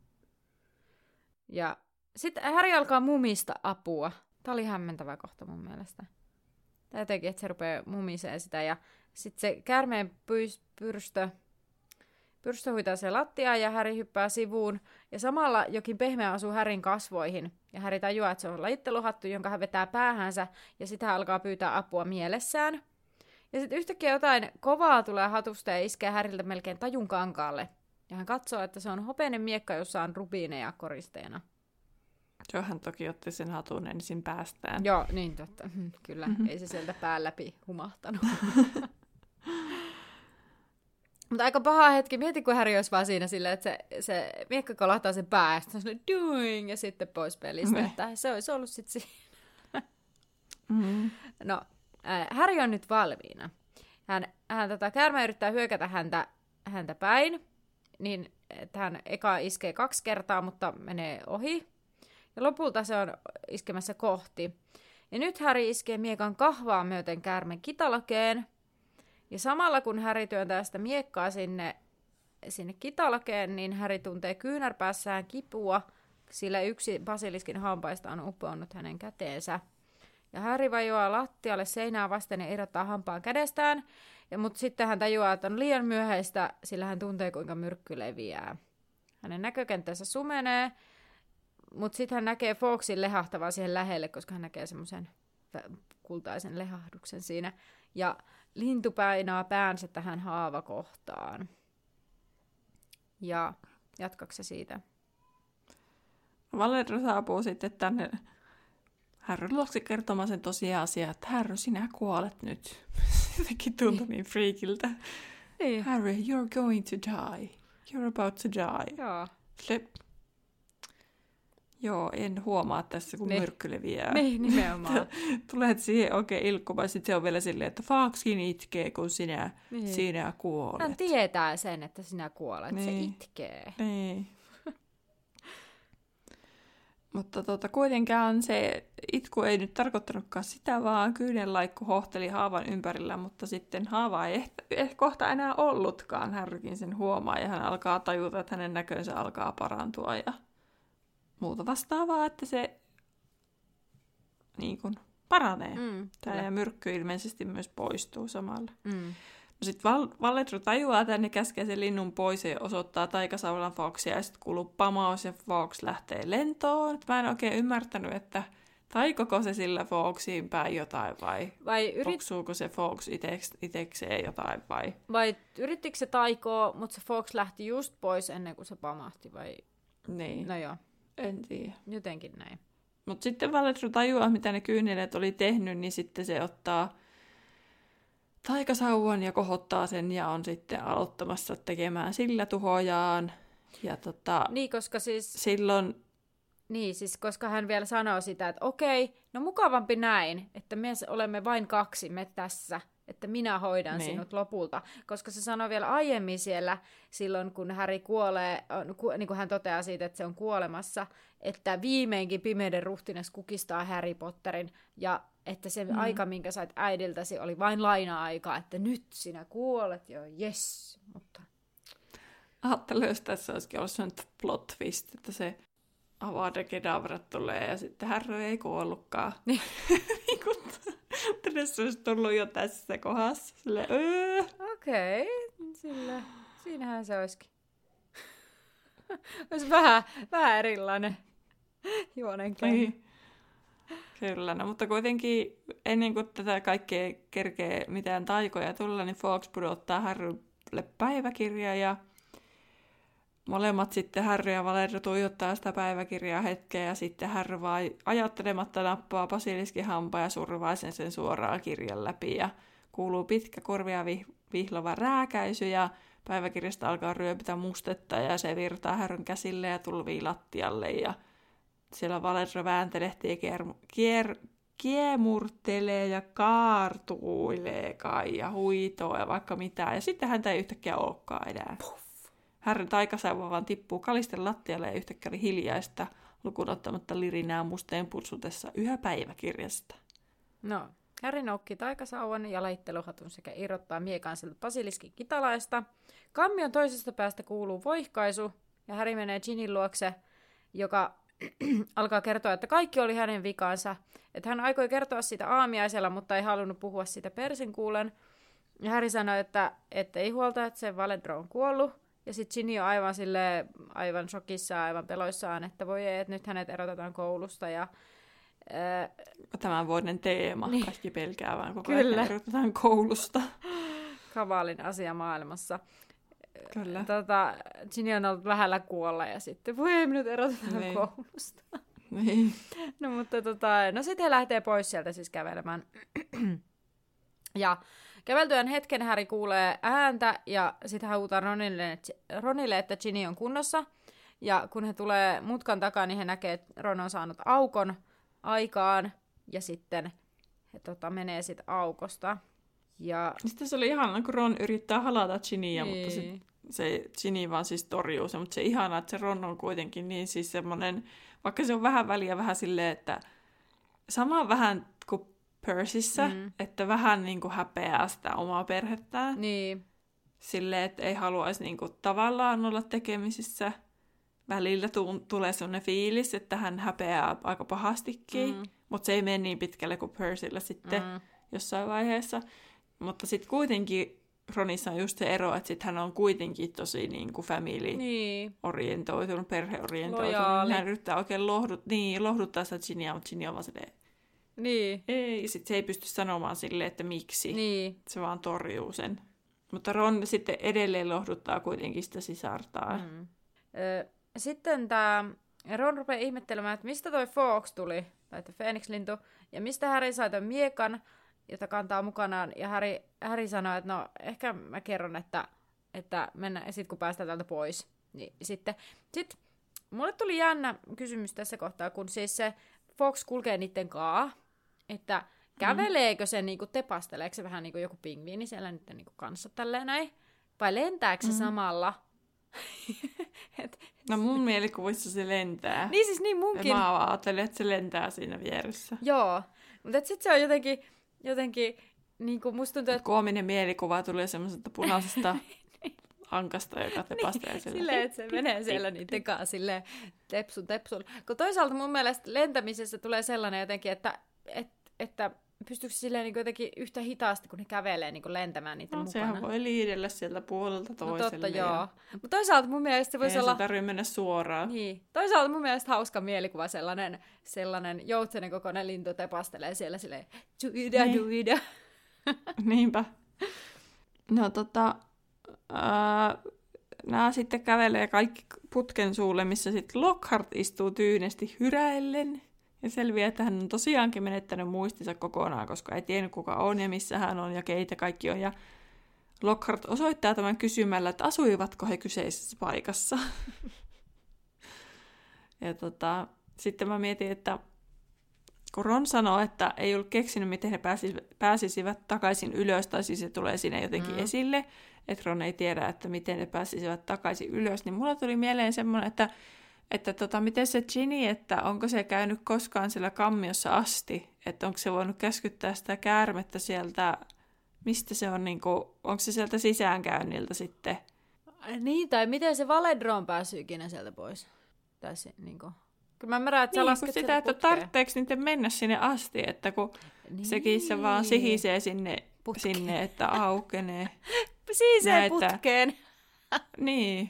Ja sitten Harry alkaa mumista apua. Tämä oli hämmentävä kohta mun mielestä. Tai jotenkin, että se rupeaa mumiseen sitä. Ja sitten se käärmeen pyys, pyrstö, pyrstö huitaa sen lattiaan ja Harry hyppää sivuun. Ja samalla jokin pehmeä asuu Harryn kasvoihin. Ja Harry tajuaa, että se on lajitteluhattu, jonka hän vetää päähänsä. Ja sitä hän alkaa pyytää apua mielessään. Ja sitten yhtäkkiä jotain kovaa tulee hatusta ja iskee Harryltä melkein tajun kankaalle. Ja hän katsoo, että se on hopeinen miekka, jossa on rubiineja koristeena. Joo, hän toki otti sen hatun ensin päästään. Joo, niin totta. Kyllä, mm-hmm. Ei se sieltä pään läpi humahtanut. Mutta aika paha hetki. Mieti, kun Harry olisi vaan siinä silleen, että se, se miekka kolahtaa sen pää, ja sitten on silleen doing, ja sitten pois pelistä. Mm. Että se olisi ollut sitten siinä. Mm. No, äh, Harry on nyt valmiina. Hän, hän tota, käärme yrittää hyökätä häntä, häntä päin, niin että hän eka iskee kaksi kertaa, mutta menee ohi. Ja lopulta se on iskemässä kohti. Ja nyt Harry iskee miekan kahvaa myöten käärmen kitalakeen. Ja samalla kun Harry työntää sitä miekkaa sinne, sinne kitalakeen, niin Harry tuntee kyynärpäässään kipua, sillä yksi basiliskin hampaista on uponnut hänen käteensä. Ja Harry vajoaa lattialle seinää vasten ja irrottaa hampaan kädestään, ja, mutta sitten hän tajuaa, että on liian myöhäistä, sillä hän tuntee, kuinka myrkky leviää. Hänen näkökenttänsä sumenee, mutta sitten hän näkee Fawkesin lehahtavan siihen lähelle, koska hän näkee semmoisen kultaisen lehahduksen siinä. Ja lintu painaa päänsä tähän haavakohtaan. Ja jatkaksa siitä? Valedro saapuu sitten tänne Harryn luokse kertomaan sen tosiasiaa, että Harry, sinä kuolet nyt. Jotenkin tuntui niin freakiltä. Niin. Harry, you're going to die. You're about to die. Joo. Slip. Joo, en huomaa tässä, kun niin. myrkky leviää. Niin, nimenomaan. Tulet siihen oikein ilkkumaan, sitten se on vielä silleen, että Foxkin itkee, kun sinä, niin. sinä kuolet. Hän tietää sen, että sinä kuolet, niin. se itkee. Niin. Mutta tota, kuitenkaan se itku ei nyt tarkoittanutkaan sitä, vaan kyynenlaikku hohteli haavan ympärillä, mutta sitten haava ei ehkä, ehkä kohta enää ollutkaan. Harrykin sen huomaa ja hän alkaa tajuta, että hänen näkönsä alkaa parantua ja muuta vastaavaa, että se niin kuin paranee. Mm, Tämä myrkky ilmeisesti myös poistuu samalla. Mm. No sitten Val- Valedro tajuaa tänne, käskee sen linnun pois ja osoittaa taikasauvan Foxia ja sitten kuuluu pamaus ja Fox lähtee lentoon. Mä en oikein ymmärtänyt, että taikoko se sillä Foxiin päin jotain vai, vai yrit... poksuuko se Fox iteks- itekseen jotain vai? Vai yrittikö se taikoa, mutta se Fox lähti just pois ennen kuin se pamahti vai? Niin. No joo. En tiedä. Jotenkin näin. Mutta sitten Valedro tajuaa, mitä ne kyynelet oli tehnyt, niin sitten se ottaa taikasauvan ja kohottaa sen ja on sitten aloittamassa tekemään sillä tuhojaan. Ja tota, niin, koska siis... silloin... Niin, siis koska hän vielä sanoo sitä, että okei, no mukavampi näin, että me olemme vain kaksi, me tässä, että minä hoidan niin. sinut lopulta. Koska se sanoi vielä aiemmin siellä, silloin kun Harry kuolee, niin kuin hän toteaa siitä, että se on kuolemassa, että viimeinkin pimeyden ruhtinas kukistaa Harry Potterin, ja että se mm. aika, minkä sait äidiltäsi, oli vain laina-aika, että nyt sinä kuolet, joo, jes. Mutta... Ajattelin, jos tässä olisikin ollut sellainen plot twist, että se Avada Kedavrat tulee ja sitten Harry ei kuollutkaan. Niin. niin kuin tässä olisi tullut jo tässä kohdassa. Silleen, öö. Okei, okay. Sillä, siinähän se olisikin. Olisi vähän, vähän erilainen juonenkäynti. Niin. Kyllä, no, mutta kuitenkin ennen kuin tätä kaikkea kerkee mitään taikoja tulla, niin Fawkes pudottaa Harrylle päiväkirja ja molemmat sitten Harry ja Valedro tuijottaa sitä päiväkirjaa hetkeä ja sitten Harry vaan ajattelematta nappaa basiliskin hampaa ja survaa sen, sen suoraan kirjan läpi ja kuuluu pitkä korvia vih- vihlova rääkäisy ja päiväkirjasta alkaa ryöpytä mustetta ja se virtaa Harryn käsille ja tulvii lattialle ja siellä Valedro vääntelehtii ja kier- kier- kiemurtelee ja kaartuilee kai ja huitoo ja vaikka mitään ja sitten häntä ei yhtäkkiä olekaan enää. Puff. Harryn taikasauva vaan tippuu kalisten lattialle ja yhtäkkiä oli hiljaista, lukuun ottamatta lirinää musteen pursutessa yhä päiväkirjasta. No, Harry noukkii taikasauvan ja laitteluhatun sekä irrottaa miekan siltä basiliskin kitalaista. Kammion toisesta päästä kuuluu voihkaisu ja Harry menee Ginin luokse, joka alkaa kertoa, että kaikki oli hänen vikansa. Että hän aikoi kertoa siitä aamiaisella, mutta ei halunnut puhua siitä persinkuulen. Ja Harry sanoi, että, että ei huolta, että se Valedro on kuollut. Ja sitten Ginny on aivan, silleen, aivan shokissa, aivan peloissaan, että voi ei, että nyt hänet erotetaan koulusta. Ja, ää... Tämän vuoden teema, niin. Kaikki pelkää vaan koko ajan erotetaan koulusta. Kavalin asia maailmassa. Kyllä. Tota, Ginny on ollut vähällä kuolla ja sitten voi ei, minut erotetaan niin. koulusta. Niin. No mutta tota, no sitten he lähtee pois sieltä siis kävelemään. Ja käveltyään hetken Harry kuulee ääntä ja sitten hän huutaa Ronille, Ronille, että Ginny on kunnossa. Ja kun he tulee mutkan takaa, niin he näkee, että Ron on saanut aukon aikaan ja sitten he tota, menee sitten aukosta. Ja... Sitten se oli ihana, kun Ron yrittää halata Ginnyä, niin. Mutta se, se Ginny vaan siis torjuu se. Mutta se ihana, että se Ron on kuitenkin niin siis semmoinen, vaikka se on vähän väliä vähän silleen, että sama vähän kuin Percyssä, mm. että vähän niin kuin häpeää sitä omaa perhettään. Niin. Silleen, että ei haluaisi niin kuin tavallaan olla tekemisissä. Välillä tu- tulee sellainen fiilis, että hän häpeää aika pahastikin, mm. mutta se ei mene niin pitkälle kuin Percyllä sitten mm. jossain vaiheessa. Mutta sitten kuitenkin Ronissa on just se ero, että sit hän on kuitenkin tosi niin kuin family-orientoitunut, niin. perheorientoitunut. Lojaali. Hän yrittää oikein lohdut, niin, lohduttaa sitä Ginnyä, mutta Ginny on vaan silleen, niin. ei, ja sitten se ei pysty sanomaan silleen, että miksi. Niin. Se vaan torjuu sen. Mutta Ron sitten edelleen lohduttaa kuitenkin sitä sisartaa. Mm. Ö, sitten tämä Ron rupeaa ihmettelemään, että mistä toi Fawkes tuli, tai että Phoenix-lintu, ja mistä Harry sai ton miekan, jota kantaa mukanaan. Ja Harry, Harry sanoi, että no ehkä mä kerron, että, että mennään, sit kun päästään täältä pois. Niin sitten sit mulle tuli jännä kysymys tässä kohtaa, kun siis se Fox kulkee niiden kaa, että käveleekö se, niinku, tepasteleeko se vähän niin kuin joku pingviini siellä niiden niinku kanssa tälleen näin, vai lentääkö se mm. samalla? Et, no mun mielikuvissa se lentää. Niin siis niin munkin. Ja mä ajattelin, että se lentää siinä vieressä. Joo, mutta sitten se on jotenkin, jotenkin niin kuin musta tuntuu, että... Koominen mielikuva tuli semmoisesta punaisesta ankasta, joka tepastelee niin, sillä. silleen, että se menee siellä niiden kanssa silleen tepsun tepsun. Kun toisaalta mun mielestä lentämisessä tulee sellainen jotenkin, että, että, että pystyykö silleen niin jotenkin yhtä hitaasti, kun ne kävelee niin lentämään niiden no, mukana. Sehän voi liidellä sieltä puolelta toiselle. No totta, joo. Mutta toisaalta mun mielestä se voisi Ei olla... se tarvitse mennä suoraan. Niin. Toisaalta mun mielestä hauska mielikuva sellainen, sellainen joutsenen kokoinen lintu tepastelee siellä silleen duida niin. duida. Niinpä. No tota... Ää, nämä sitten kävelee kaikki putken suulle, missä sitten Lockhart istuu tyynesti hyräillen. Ja selviää, että hän on tosiaankin menettänyt muistinsa kokonaan, koska ei tiennyt kuka on ja missä hän on ja keitä kaikki on. Ja Lockhart osoittaa tämän kysymällä, että asuivatko he kyseisessä paikassa. ja tota, sitten mä mietin, että kun Ron sanoo, että ei ollut keksinyt, miten he pääsisivät takaisin ylös, tai siis se tulee siinä jotenkin mm. esille, että Ron ei tiedä, että miten he pääsisivät takaisin ylös, niin mulla tuli mieleen semmoinen, että Että tota, miten se Ginny, että onko se käynyt koskaan siellä kammiossa asti? Että onko se voinut käskyttää sitä käärmettä sieltä, mistä se on, niinku, onko se sieltä sisäänkäynniltä sitten? Niin, tai miten se Valedro on päässyt ikinä sieltä pois? Tai se, niinku... Kyllä mä ymmärrän, että sä niin, lasket sitä, että tarvitseeko niiden mennä sinne asti, että kun niin. se kissa vaan sihisee sinne, sinne että aukenee. Sihisee putkeen. Niin.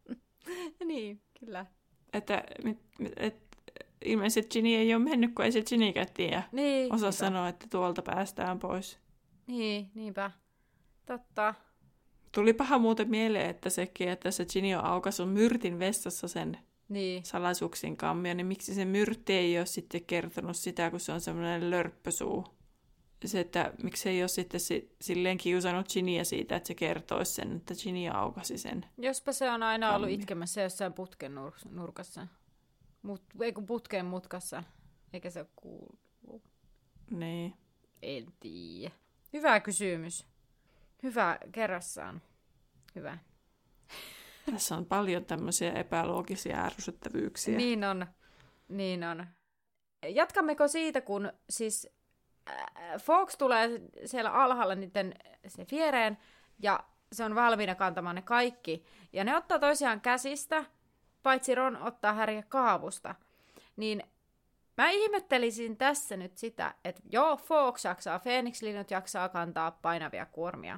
niin, kyllä. Että et, ilmeisesti Ginny ei ole mennyt, kun ei se Ginnykään tiedä. Niin, osaa niinpä. sanoa, että tuolta päästään pois. Niin, niinpä. Totta. Tulipahan muuten mieleen, että sekin, että se Ginny on aukaissut myrtin vessassa sen niin. salaisuuksien kammio, niin miksi se myrtti ei ole sitten kertonut sitä, kun se on semmoinen lörppösuu. Se, että miksi se ei ole sitten silleen kiusannut Ginnyä siitä, että se kertoisi sen, että Ginny aukasi sen. Jospa se on aina kammio. Ollut itkemässä jossain putken nur- nurkassa. Mut, ei kun putken mutkassa. Eikä se ole kuullut. Niin. En tiedä. Hyvä kysymys. Hyvä kerrassaan. Hyvä. Tässä on paljon tämmöisiä epäloogisia ärsyttävyyksiä. Niin on. Niin on. Jatkammeko siitä, kun siis Fox tulee siellä alhaalla niiden se viereen, ja se on valmiina kantamaan ne kaikki. Ja ne ottaa toisiaan käsistä, paitsi Ron ottaa Harryä kaavusta. Niin mä ihmettelisin tässä nyt sitä, että joo, Fox jaksaa, Phoenix-linnut jaksaa kantaa painavia kuormia.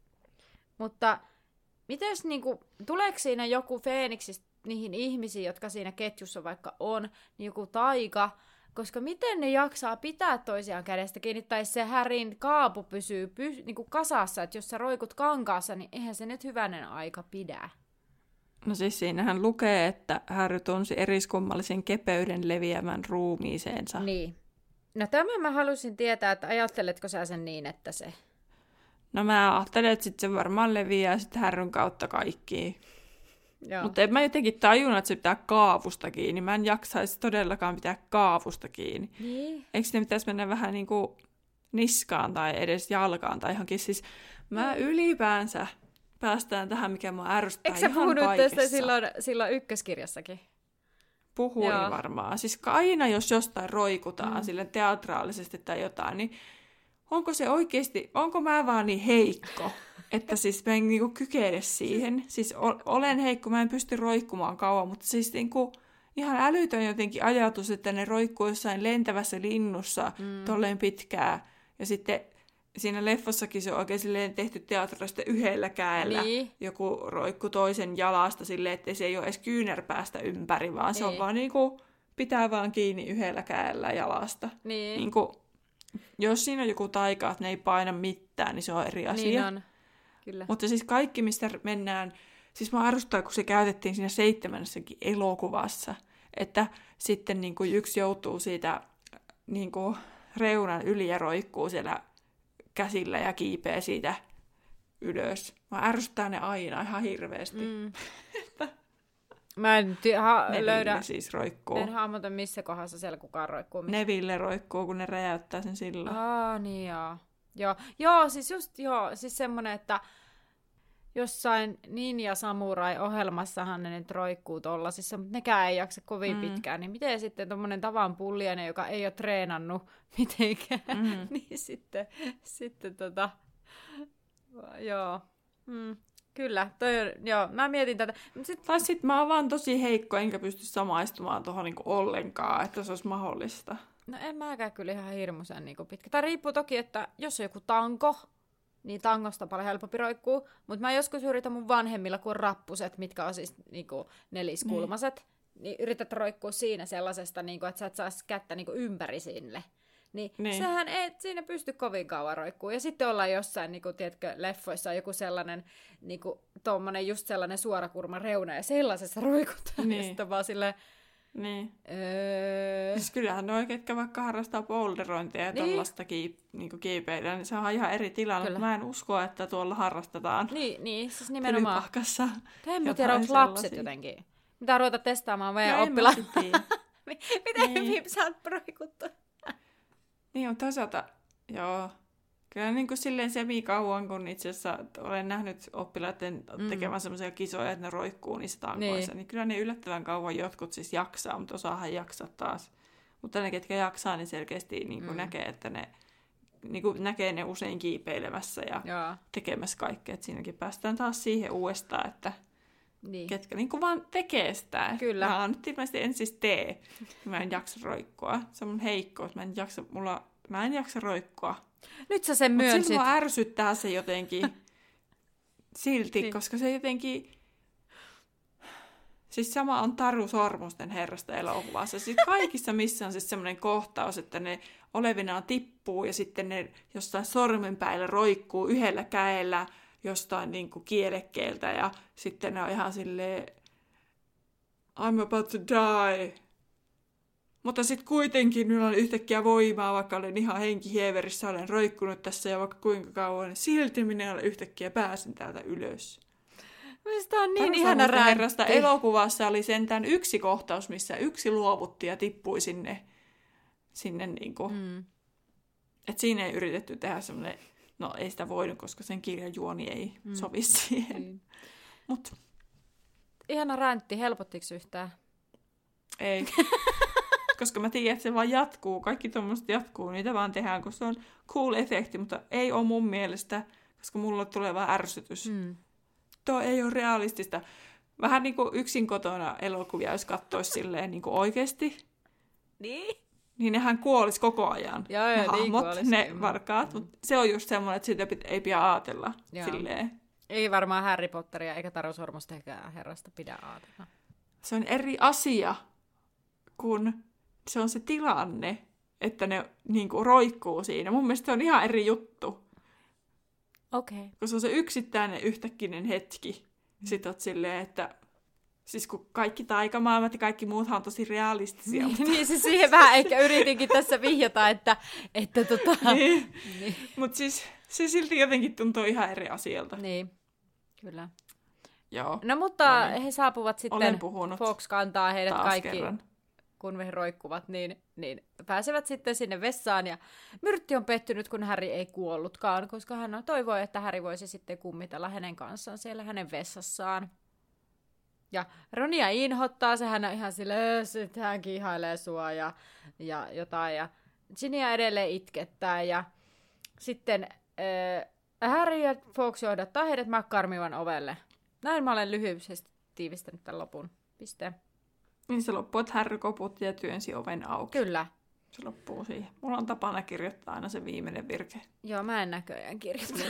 Mutta mites niinku, tuleeko siinä joku Phoenixista niihin ihmisiin, jotka siinä ketjussa vaikka on, niin joku taika, koska miten ne jaksaa pitää toisiaan kädestä kiinni, tai se Harryn kaapu pysyy py- niinku kasassa, että jos sä roikut kankaassa, niin eihän se nyt hyvänen aika pidä. No siis siinähän lukee, että Harry tunsi eriskummallisen kepeyden leviämään ruumiiseensa. Niin. No tämän mä halusin tietää, että ajatteletko sä sen niin, että se... No mä ajattelen, että sit se varmaan leviää sitten Harryn kautta kaikkiin. Mutta en mä jotenkin tajunnut, että se pitää kaavusta kiinni. Mä en jaksaisi todellakaan pitää kaavusta kiinni. Niin. Eikö ne pitäisi mennä vähän niin kuin niskaan tai edes jalkaan tai johonkin? Siis mä ylipäänsä päästään tähän, mikä mua ärsyttää ihan kaikessa. Eikö sä puhunut tästä silloin, silloin ykköskirjassakin? Puhuin Joo. varmaan. Siis aina jos jostain roikutaan mm. sille teatraalisesti tai jotain, niin onko se oikeasti, onko mä vaan niin heikko? Että siis mä en niinku kykene siihen. Siis olen heikko, mä en pysty roikkumaan kauan, mutta siis niinku ihan älytön jotenkin ajatus, että ne roikkuu jossain lentävässä linnussa mm. tolleen pitkää. Ja sitten siinä leffossakin se on oikein silleen tehty teatrista yhdellä käellä. Niin. Joku roikku toisen jalasta silleen, että se ei ole edes kyynärpäästä ympäri, vaan se ei. on vaan niinku, pitää vaan kiinni yhdellä käellä jalasta. Niin. Niinku, jos siinä on joku taika, että ne ei paina mitään, niin se on eri asia. Niin on. Kyllä. Mutta siis kaikki, mistä mennään, siis mä arvostan, kun se käytettiin siinä seitsemännessäkin elokuvassa, että sitten niin kuin yksi joutuu siitä niin kuin reunan yli ja roikkuu siellä käsillä ja kiipeää siitä ylös. Mä ärsyttää ne aina ihan hirveästi. Mm. Mä en ti- ha- Neville löydä, siis roikkuu. en hahmota missä kohdassa siellä kukaan roikkuu. Neville roikkuu, kun ne räjäyttää sen silloin. Aa, niin joo. Joo, joo siis just joo, siis semmonen, että jossain Ninja Samurai-ohjelmassahan ne nyt roikkuu tollasissa, mutta nekään ei jaksa kovin mm. pitkään, niin miten sitten tommonen tavan pulliainen, joka ei ole treenannut mitenkään, mm. niin sitten, sitten tota, joo, mm. Kyllä, toi on, joo, mä mietin tätä. Sit... Tai sit mä oon vaan tosi heikko, enkä pysty samaistumaan tuohon niinku ollenkaan, että se olisi mahdollista. No en mäkään kyllä ihan hirmuisen niinku pitkä. Tämä riippuu toki, että jos on joku tanko, niin tangosta paljon helpompi roikkuu. Mutta mä joskus yritän mun vanhemmilla, kun on rappuset, mitkä on siis niinku neliskulmaset, niin. niin yrität roikkua siinä sellaisesta, niinku, että sä et saa kättä niinku ympäri sinne. Niin, niin sehän ei siinä pysty kovin kauan roikkuu. Ja sitten ollaan jossain, niin kuin, tiedätkö, leffoissa on joku sellainen, niin kuin, tommonen just sellainen suorakurma reuna, ja sellaisessa roikutaan. Niin. Ja sitten vaan silleen... Niin. Öö... Siis kyllähän ne ketkä vaikka harrastaa boulderointia ja niin. Tollaista kiip, niin kiipeilyä, niin se on ihan eri tilanne. Kyllä. Mä en usko, että tuolla harrastetaan. Niin, niin siis nimenomaan. Pylpahkassa. En mä tiedä, onko lapset jotenkin. Mitä ruveta testaamaan meidän oppilaan. Miten niin. hyvin sä oot roikuttu? Niin on toisaalta, joo. Kyllä niin kuin silleen semi-kauan, kun itse asiassa olen nähnyt oppilaiden mm. tekemään semmoisia kisoja, että ne roikkuu niissä tankoissa, niin. niin kyllä ne yllättävän kauan jotkut siis jaksaa, mutta osaahan jaksaa taas. Mutta ne, ketkä jaksaa, niin selkeästi niin kuin mm. näkee, että ne, niin kuin näkee ne usein kiipeilemässä ja Jaa. tekemässä kaikkea. Että siinäkin päästään taas siihen uudestaan, että niin. ketkä niin kuin vaan tekee sitä. Kyllä. Mä nyt ilmeisesti en siis tee. Mä en jaksa roikkua. Se on mun heikkous. Mä en jaksa, mulla, mä en jaksa roikkua. Nyt sä sen myönsit. Mutta silloin ärsyttää se jotenkin silti, niin. koska se jotenkin... Siis sama on Taru Sormusten herrasta elokuvassa. Siis kaikissa missä on siis semmoinen kohtaus, että ne olevinaan tippuu ja sitten ne jostain sormenpäillä roikkuu yhdellä kädellä jostain niin kuin kielekkeeltä ja sitten ne on ihan silleen I'm about to die. Mutta sitten kuitenkin minulla on yhtäkkiä voimaa, vaikka olen ihan henkihieverissä, olen roikkunut tässä ja vaikka kuinka kauan, niin silti minä olen yhtäkkiä pääsin täältä ylös. Mistä on niin ihana räntti. Elokuvassa oli sentään yksi kohtaus, missä yksi luovutti ja tippui sinne, sinne niinku. Mm. Että siinä ei yritetty tehdä semmoinen, no ei sitä voinut, koska sen kirjan juoni ei mm. sovi siihen. Mm. Mut. Ihana räntti, helpottiko yhtään? Ei. Koska mä tiedän, että se vaan jatkuu. Kaikki tuommoiset jatkuu, niitä vaan tehdään, kun se on cool efekti, mutta ei ole mun mielestä, koska mulla tulee vaan ärsytys. Mm. Tuo ei ole realistista. Vähän niin kuin yksin kotona elokuvia, jos katsoisi silleen niin kuin oikeasti. Niin? Niin nehän kuolisi koko ajan. Joo, joo, ne hahmot, niin ne varkaat. Mm. Se on just semmoinen, että sitä ei pidä ajatella. Silleen. Ei varmaan Harry Potteria eikä Taru Sormustenkään herrasta pidä ajatella. Se on eri asia, kun se on se tilanne, että ne niin kuin roikkuu siinä. Mun mielestä se on ihan eri juttu. Okei. Okay. Kun se on se yksittäinen yhtäkkinen hetki. Mm. Sitten oot silleen, että siis kun kaikki taikamaailmat ja kaikki muuthan on tosi realistisia. Niin, mutta... niin se siihen vähän ehkä yritinkin tässä vihjata, että, että tota... niin. niin. Mutta siis se silti jotenkin tuntuu ihan eri asialta. Niin, kyllä. Joo. No mutta no niin. He saapuvat sitten, Fox kantaa heidät kaikki, kerran. Kun he roikkuvat, niin, niin pääsevät sitten sinne vessaan. Ja Myrtti on pettynyt, kun Harry ei kuollutkaan, koska hän toivoi, että Harry voisi sitten kummitella hänen kanssaan siellä hänen vessassaan. Ja Ronia inhottaa, sehän on ihan silleen, että hän kihailee sua ja, ja jotain. Ja Ginia edelleen itkettää. Ja sitten äh, Harry ja Fox johdattaa heidät McCormivan ovelle. Näin mä olen lyhyesti tiivistänyt tämän lopun. Piste. Niin se loppuu, että Harry koputti ja työnsi oven auki. Kyllä. Se loppuu siihen. Mulla on tapana kirjoittaa aina se viimeinen virke. Joo, mä en näköjään kirjoittaa.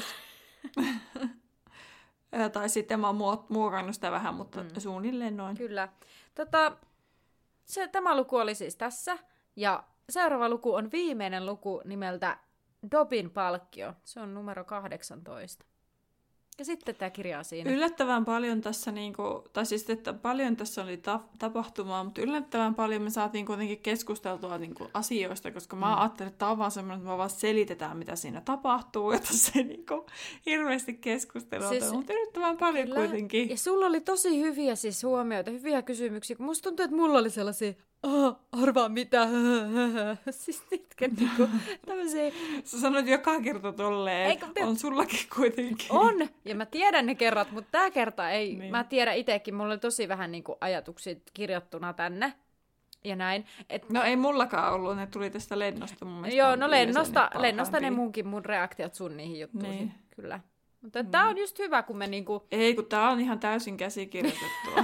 Tai sitten mä oon muokannut sitä vähän, mutta mm. suunnilleen noin. Kyllä. Tota, se, tämä luku oli siis tässä. Ja seuraava luku on viimeinen luku nimeltä Dobin palkkio. Se on numero kahdeksantoista. Ja sitten tämä kirja on siinä. Yllättävän paljon tässä, niinku, tai siis että paljon tässä oli ta- tapahtumaa, mutta yllättävän paljon me saatiin kuitenkin keskusteltua niinku asioista, koska mä mm. ajattelin, että tämä on vaan semmoinen, että me vaan selitetään, mitä siinä tapahtuu, ja tässä ei niinku hirveästi keskustelua, siis, mutta yllättävän paljon kyllä. Kuitenkin. Ja sulla oli tosi hyviä siis huomioita, hyviä kysymyksiä, kun musta tuntuu, että mulla oli sellaisia, oh, arvaa mitä, siis mitkä niinku tämmöisiä. Sä sanoit joka kerta tolleen, Eikö, te... on sullakin kuitenkin. On, ja mä tiedän ne kerrat, mutta tää kerta ei. Niin. Mä tiedän itsekin, mulla oli tosi vähän niinku ajatuksia kirjattuna tänne ja näin. Et... No ei mullakaan ollut, ne tuli tästä lennosta mun mielestä. Joo, no lennosta, lennosta ne munkin mun reaktiot sun niihin juttuihin, niin. Kyllä. Mutta mm. tää on just hyvä, kun me niinku... Ei, kun tää on ihan täysin käsikirjoitettua.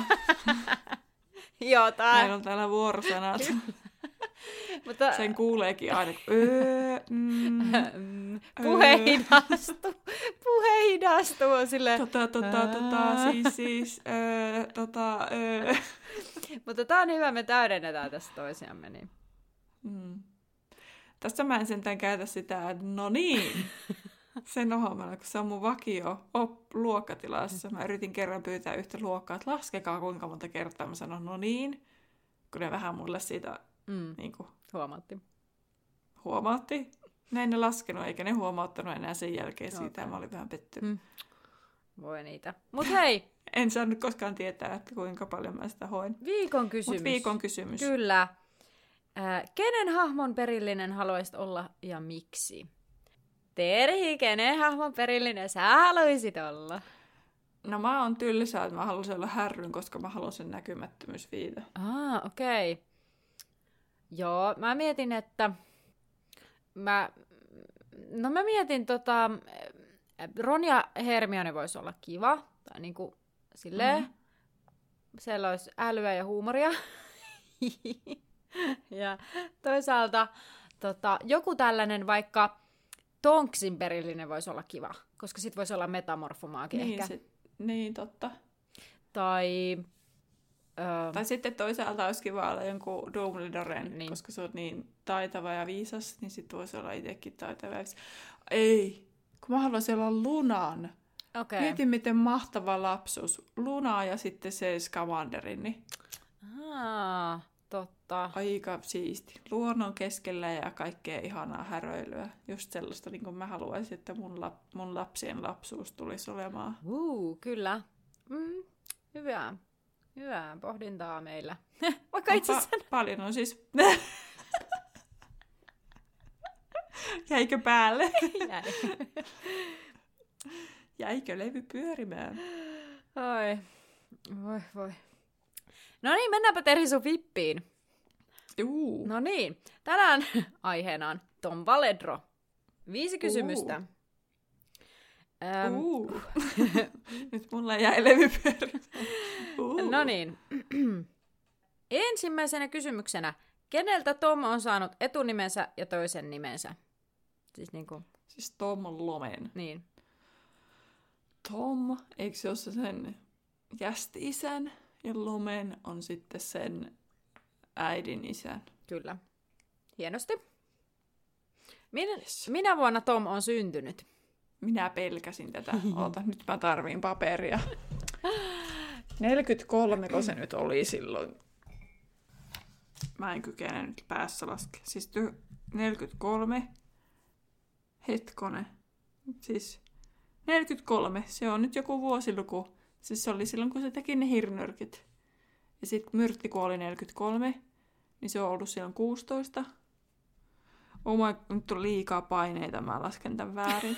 Joo, tää... Meillä on täällä vuorosanat. Mutta... Sen kuuleekin aina. Öö, mm, puhe hidastuu. Puhe hidastuu on silleen... Tota, tota, tota, siis, siis, öö, tota, öö. Mutta tää on hyvä, me täydennetään tässä toisiamme. Niin. Mm. Tässä mä en sentään käytä sitä, että no niin. Sen ohjelmalla, kun se on mun vakio op, luokkatilassa. Mä yritin kerran pyytää yhtä luokkaa, että laskekaa kuinka monta kertaa. Mä sanon, no niin. Kun ne vähän mulle siitä mm. niin kuin, huomaatti. Huomaatti. Näin ne laskenut, eikä ne huomauttanut enää sen jälkeen siitä. Okay. Mä olin vähän pettynyt. Mm. Voi niitä. Mut hei! En saanut koskaan tietää, että kuinka paljon mä sitä hoin. Viikon kysymys. Mut viikon kysymys. Kyllä. Äh, kenen hahmon perillinen haluaisit olla ja miksi? Terhi, kenen hahmon perillinen sä haluaisit olla? No mä oon tylsää, että mä haluaisin olla Härryn, koska mä haluan sen näkymättömyysviite. Ah, okei. Okay. Joo, mä mietin, että... Mä... No mä mietin tota... Ron ja Hermione voisi olla kiva. Tai niinku silleen. Mm-hmm. Siellä olisi älyä ja huumoria. Ja toisaalta tota, joku tällainen vaikka Tonksin perillinen voisi olla kiva. Koska sit voisi olla metamorfomaagi niin, ehkä. Sit, niin, totta. Tai... Öö, tai sitten toisaalta olisi kiva olla jonkun Dumbledoren, niin. Koska se on niin taitava ja viisas, niin sitten voisi olla itsekin taitava ja viisas. Ei, kun mä haluaisin olla Lunan. Okay. Mietin, miten mahtava lapsuus. Luna ja sitten se Scamanderin. Niin... Ah, totta. Aika siisti. Luonnon keskellä ja kaikkea ihanaa häröilyä. Just sellaista, niin kuin mä haluaisin, että mun, lap, mun lapsien lapsuus tulisi olemaan. Uh, kyllä. Mm, hyvä. Hyvää pohdintaa meillä. Vaikka no, itse asiassa... Pa- paljon on siis... Jäikö päälle? Jäi. Jäikö levy pyörimään? Oi, voi voi. No niin, mennäänpä Terhi sun vippiin. Uh. No niin, tänään aiheena on Tom Valedro. Viisi kysymystä. Uh. Ähm, uh. Nyt mulla jäi levy pyörimään. Uh. No niin. Ensimmäisenä kysymyksenä. Keneltä Tom on saanut etunimensä ja toisen nimensä? Siis niinku... Siis Tom Lomen. Niin. Tom, eikö se ole sen jästi-isän? Ja Lomen on sitten sen äidin isän. Kyllä. Hienosti. Minä, yes. minä vuonna Tom on syntynyt? Minä pelkäsin tätä. Oota, nyt mä tarviin paperia. neljäkymmentäkolme, kun se nyt oli silloin. Mä en kykene nyt päässä laskea. Siis neljäkymmentäkolme. Hetkonen. Siis neljäkymmentäkolme. Se on nyt joku vuosiluku. Siis se oli silloin, kun se teki ne hirnyrkit. Ja sitten Myrtti, kun oli neljäkymmentäkolme, niin se on ollut silloin kuusitoista. Oh my, nyt on liikaa paineita, mä lasken tämän väärin.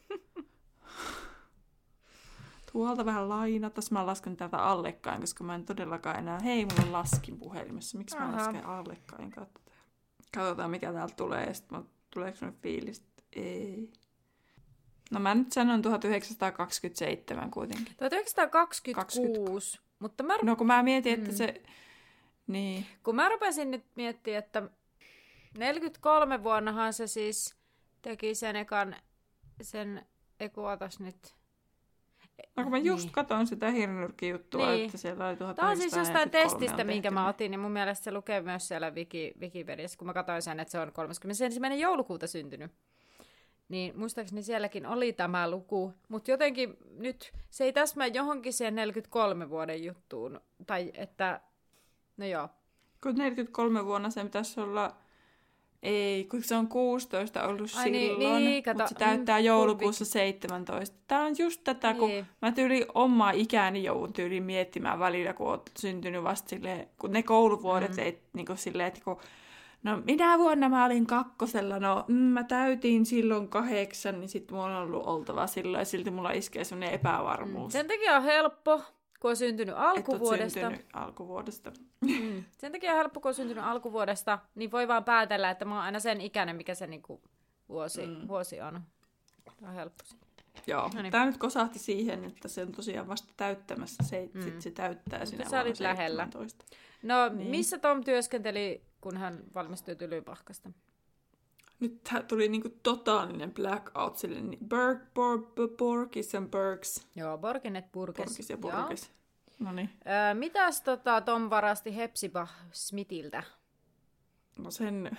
Tuolta vähän lainata, mä lasken täältä allekkain, koska mä en todellakaan enää... Hei, mulla on laskin puhelimessa. Miksi mä lasken allekkain? Katsotaan. Katsotaan, mikä täältä tulee, ja sitten tuleeko sellainen fiilis, että ei... No mä nyt sanon tuhatyhdeksänsataakaksikymmentäseitsemän kuitenkin. tuhatyhdeksänsataakaksikymmentäkuusi. Mutta mä... No kun mä mietin, että mm. se... Niin. Kun mä rupesin nyt miettimään, että neljäkymmentäkolme vuonnahan se siis teki sen ekan... Sen... Eiku otas nyt... No kun mä just niin. Katon sitä hirnyrkki-juttua, niin. Että siellä oli tuhatyhdeksänsataaneljäkymmentäkolme. Tämä on siis jostain testistä, minkä mä otin, niin mun mielestä se lukee myös siellä Wiki, Wikipediassa, kun mä katsoin sen, että se on kolmaskymmenesensimmäinen joulukuuta syntynyt. niin muistaakseni sielläkin oli tämä luku, mutta jotenkin nyt se ei täsmää johonkin siihen neljäkymmentäkolme vuoden juttuun, tai että, no joo. Kun neljäkymmentäkolme vuonna se pitäisi olla, ei, kun se on kuusitoista ollut Ai silloin, niin, niin, mutta se täyttää mm, joulukuussa seitsemäntoista. Tämä on just tätä, kun niin. Mä tyyli omaa ikäni joudun tyyliin miettimään välillä, kun olet syntynyt vasta silleen, kun ne kouluvuodet, mm. ei, niin kuin silleen, että kun no minä vuonna mä olin kakkosella, no mm, mä täytin silloin kahdeksan, niin sitten mulla on ollut oltava silloin, ja silti mulla iskee semmoinen epävarmuus. Mm. Sen takia on helppo, kun on syntynyt alkuvuodesta. Et syntynyt alkuvuodesta. Mm. Sen takia on helppo, kun on syntynyt alkuvuodesta, niin voi vaan päätellä, että mä oon aina sen ikäinen, mikä se niinku vuosi, mm. vuosi on. Tämä on helppo. Joo, no niin. Tämä nyt kosahti siihen, että se on tosiaan vasta täyttämässä, se, mm. sit se täyttää sinä vuonna olit lähellä. No, niin. Missä Tom työskenteli, kun hän valmistui Tylypahkasta? Nyt tuli niinku totaalinen blackout sille, niin Berg, Borg, Borgis and Bergs. Joo, Borgin et Burgess. Borgis ja Burgess. Noniin. Öö, mitäs tota, Tom varasti Hepzibah Smithiltä? No sen...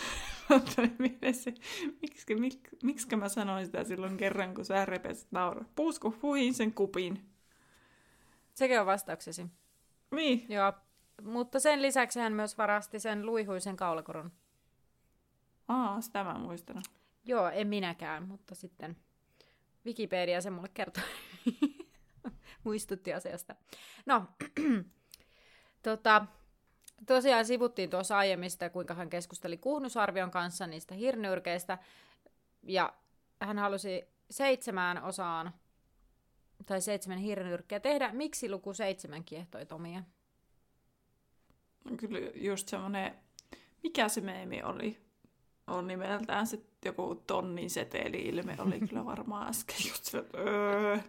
se, miksi, mik, miksi mä sanoin sitä silloin kerran, kun sä repesit nauraa? Puusku fuhin sen kupin. Sekin on vastauksesi. Niin. Joo, mutta sen lisäksi hän myös varasti sen luihuisen kaulakoron. Aa, sitä mä en muistanut. Joo, en minäkään, mutta sitten Wikipedia sen mulle kertoi. Muistutti asiasta. No, tota, tosiaan sivuttiin tuossa aiemmin sitä, kuinka hän keskusteli Kuhnusarvion kanssa niistä hirnyrkeistä. Ja hän halusi seitsemään osaan, tai seitsemän hirnyrkkeä tehdä. Miksi luku seitsemän kiehtoi Tomia? Kyllä just semmoinen, mikä se meemi oli? On nimeltään se joku tonnin seteli-ilme oli kyllä varmaan äsken just se, öö.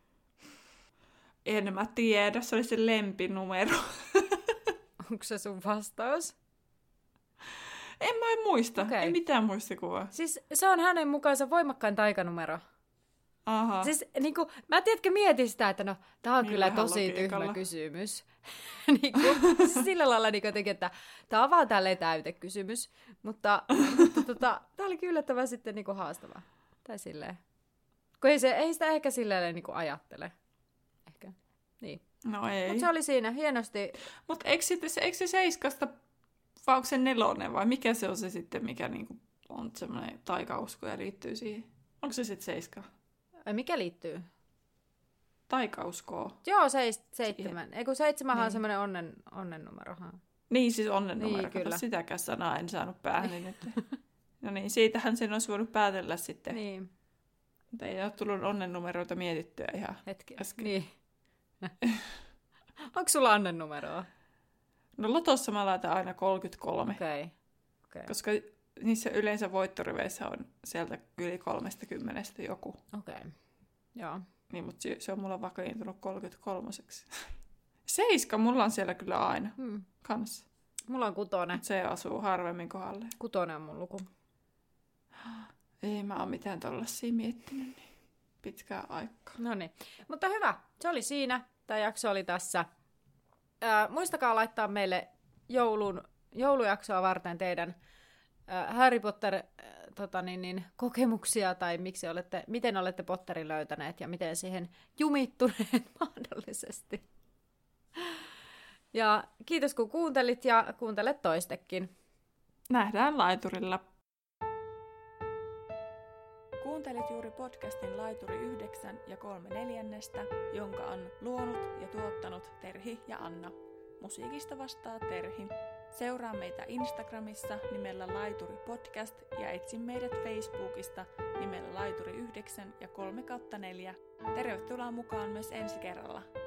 En mä tiedä, se oli se lempinumero. Onko se sun vastaus? En mä muista, okay. Ei mitään muistikuvaa. Siis se on hänen mukaansa voimakkain taikanumero. Aha. Siis niinku, mä tiedätkö mietin sitä, että no, tää on niin kyllä tosi logiikalla. Tyhmä kysymys. niinku, sillä lailla niinku jotenkin, että tää on vaan tälleen täytekysymys. Mutta, mutta tota, tää oli kyllä yllättävän sitten niinku haastava. Tai silleen. Kun ei, se, ei sitä ehkä silleen niinku ajattele. Ehkä. Niin. No ei. Mutta se oli siinä hienosti. Mutta eikö, eikö se seiskasta, vai onko se nelonen vai mikä se on se sitten, mikä niinku on semmoinen taikausko ja liittyy siihen? Onko se sitten seiska? Ai mikä liittyy? Taikauskoa. Joo, seis, seitsemän. Ei kun seitsemänhän niin. On semmoinen onnen, onnen numerohan. Niin, siis onnen numero. Niin, kyllä. Sitäkään sanaa en saanut päähän nyt. No niin, siitähän sen olisi voinut päätellä sitten. Niin. Mutta ei ole tullut onnen numeroita mietittyä ihan hetki äsken. Niin. Onko sulla onnen numeroa? No lotossa mä laitan aina kolmekymmentäkolme. Okei. Okay. Okay. Koska niissä yleensä voittoriveissä on sieltä yli kolmekymmentä joku. Okei, okay. Joo. Niin, mutta se on mulla vakiintunut kolmekymmentäkolmoseksi. Seiska mulla on siellä kyllä aina hmm. kanssa. Mulla on kutonen. Mut se asuu harvemmin kohdalle. Kutonen on mun luku. Ei mä oon mitään tollasia miettinyt niin pitkään aikaa. No niin, mutta hyvä. Se oli siinä. Tämä jakso oli tässä. Ää, muistakaa laittaa meille joulun, joulujaksoa varten teidän ää, Harry Potter ää, tota niin, niin, kokemuksia tai miksi olette, miten olette Potterin löytäneet ja miten siihen jumittuneet mahdollisesti. Ja kiitos kun kuuntelit ja kuuntelet toistekin. Nähdään laiturilla. Kuuntelit juuri podcastin Laituri yhdeksän ja kolme neljännestä, jonka on luonut ja tuottanut Terhi ja Anna. Musiikista vastaa Terhi. Seuraa meitä Instagramissa nimellä Laituri Podcast ja etsi meidät Facebookista nimellä Laituri yhdeksän ja kolme kautta neljä. Tervetuloa mukaan myös ensi kerralla.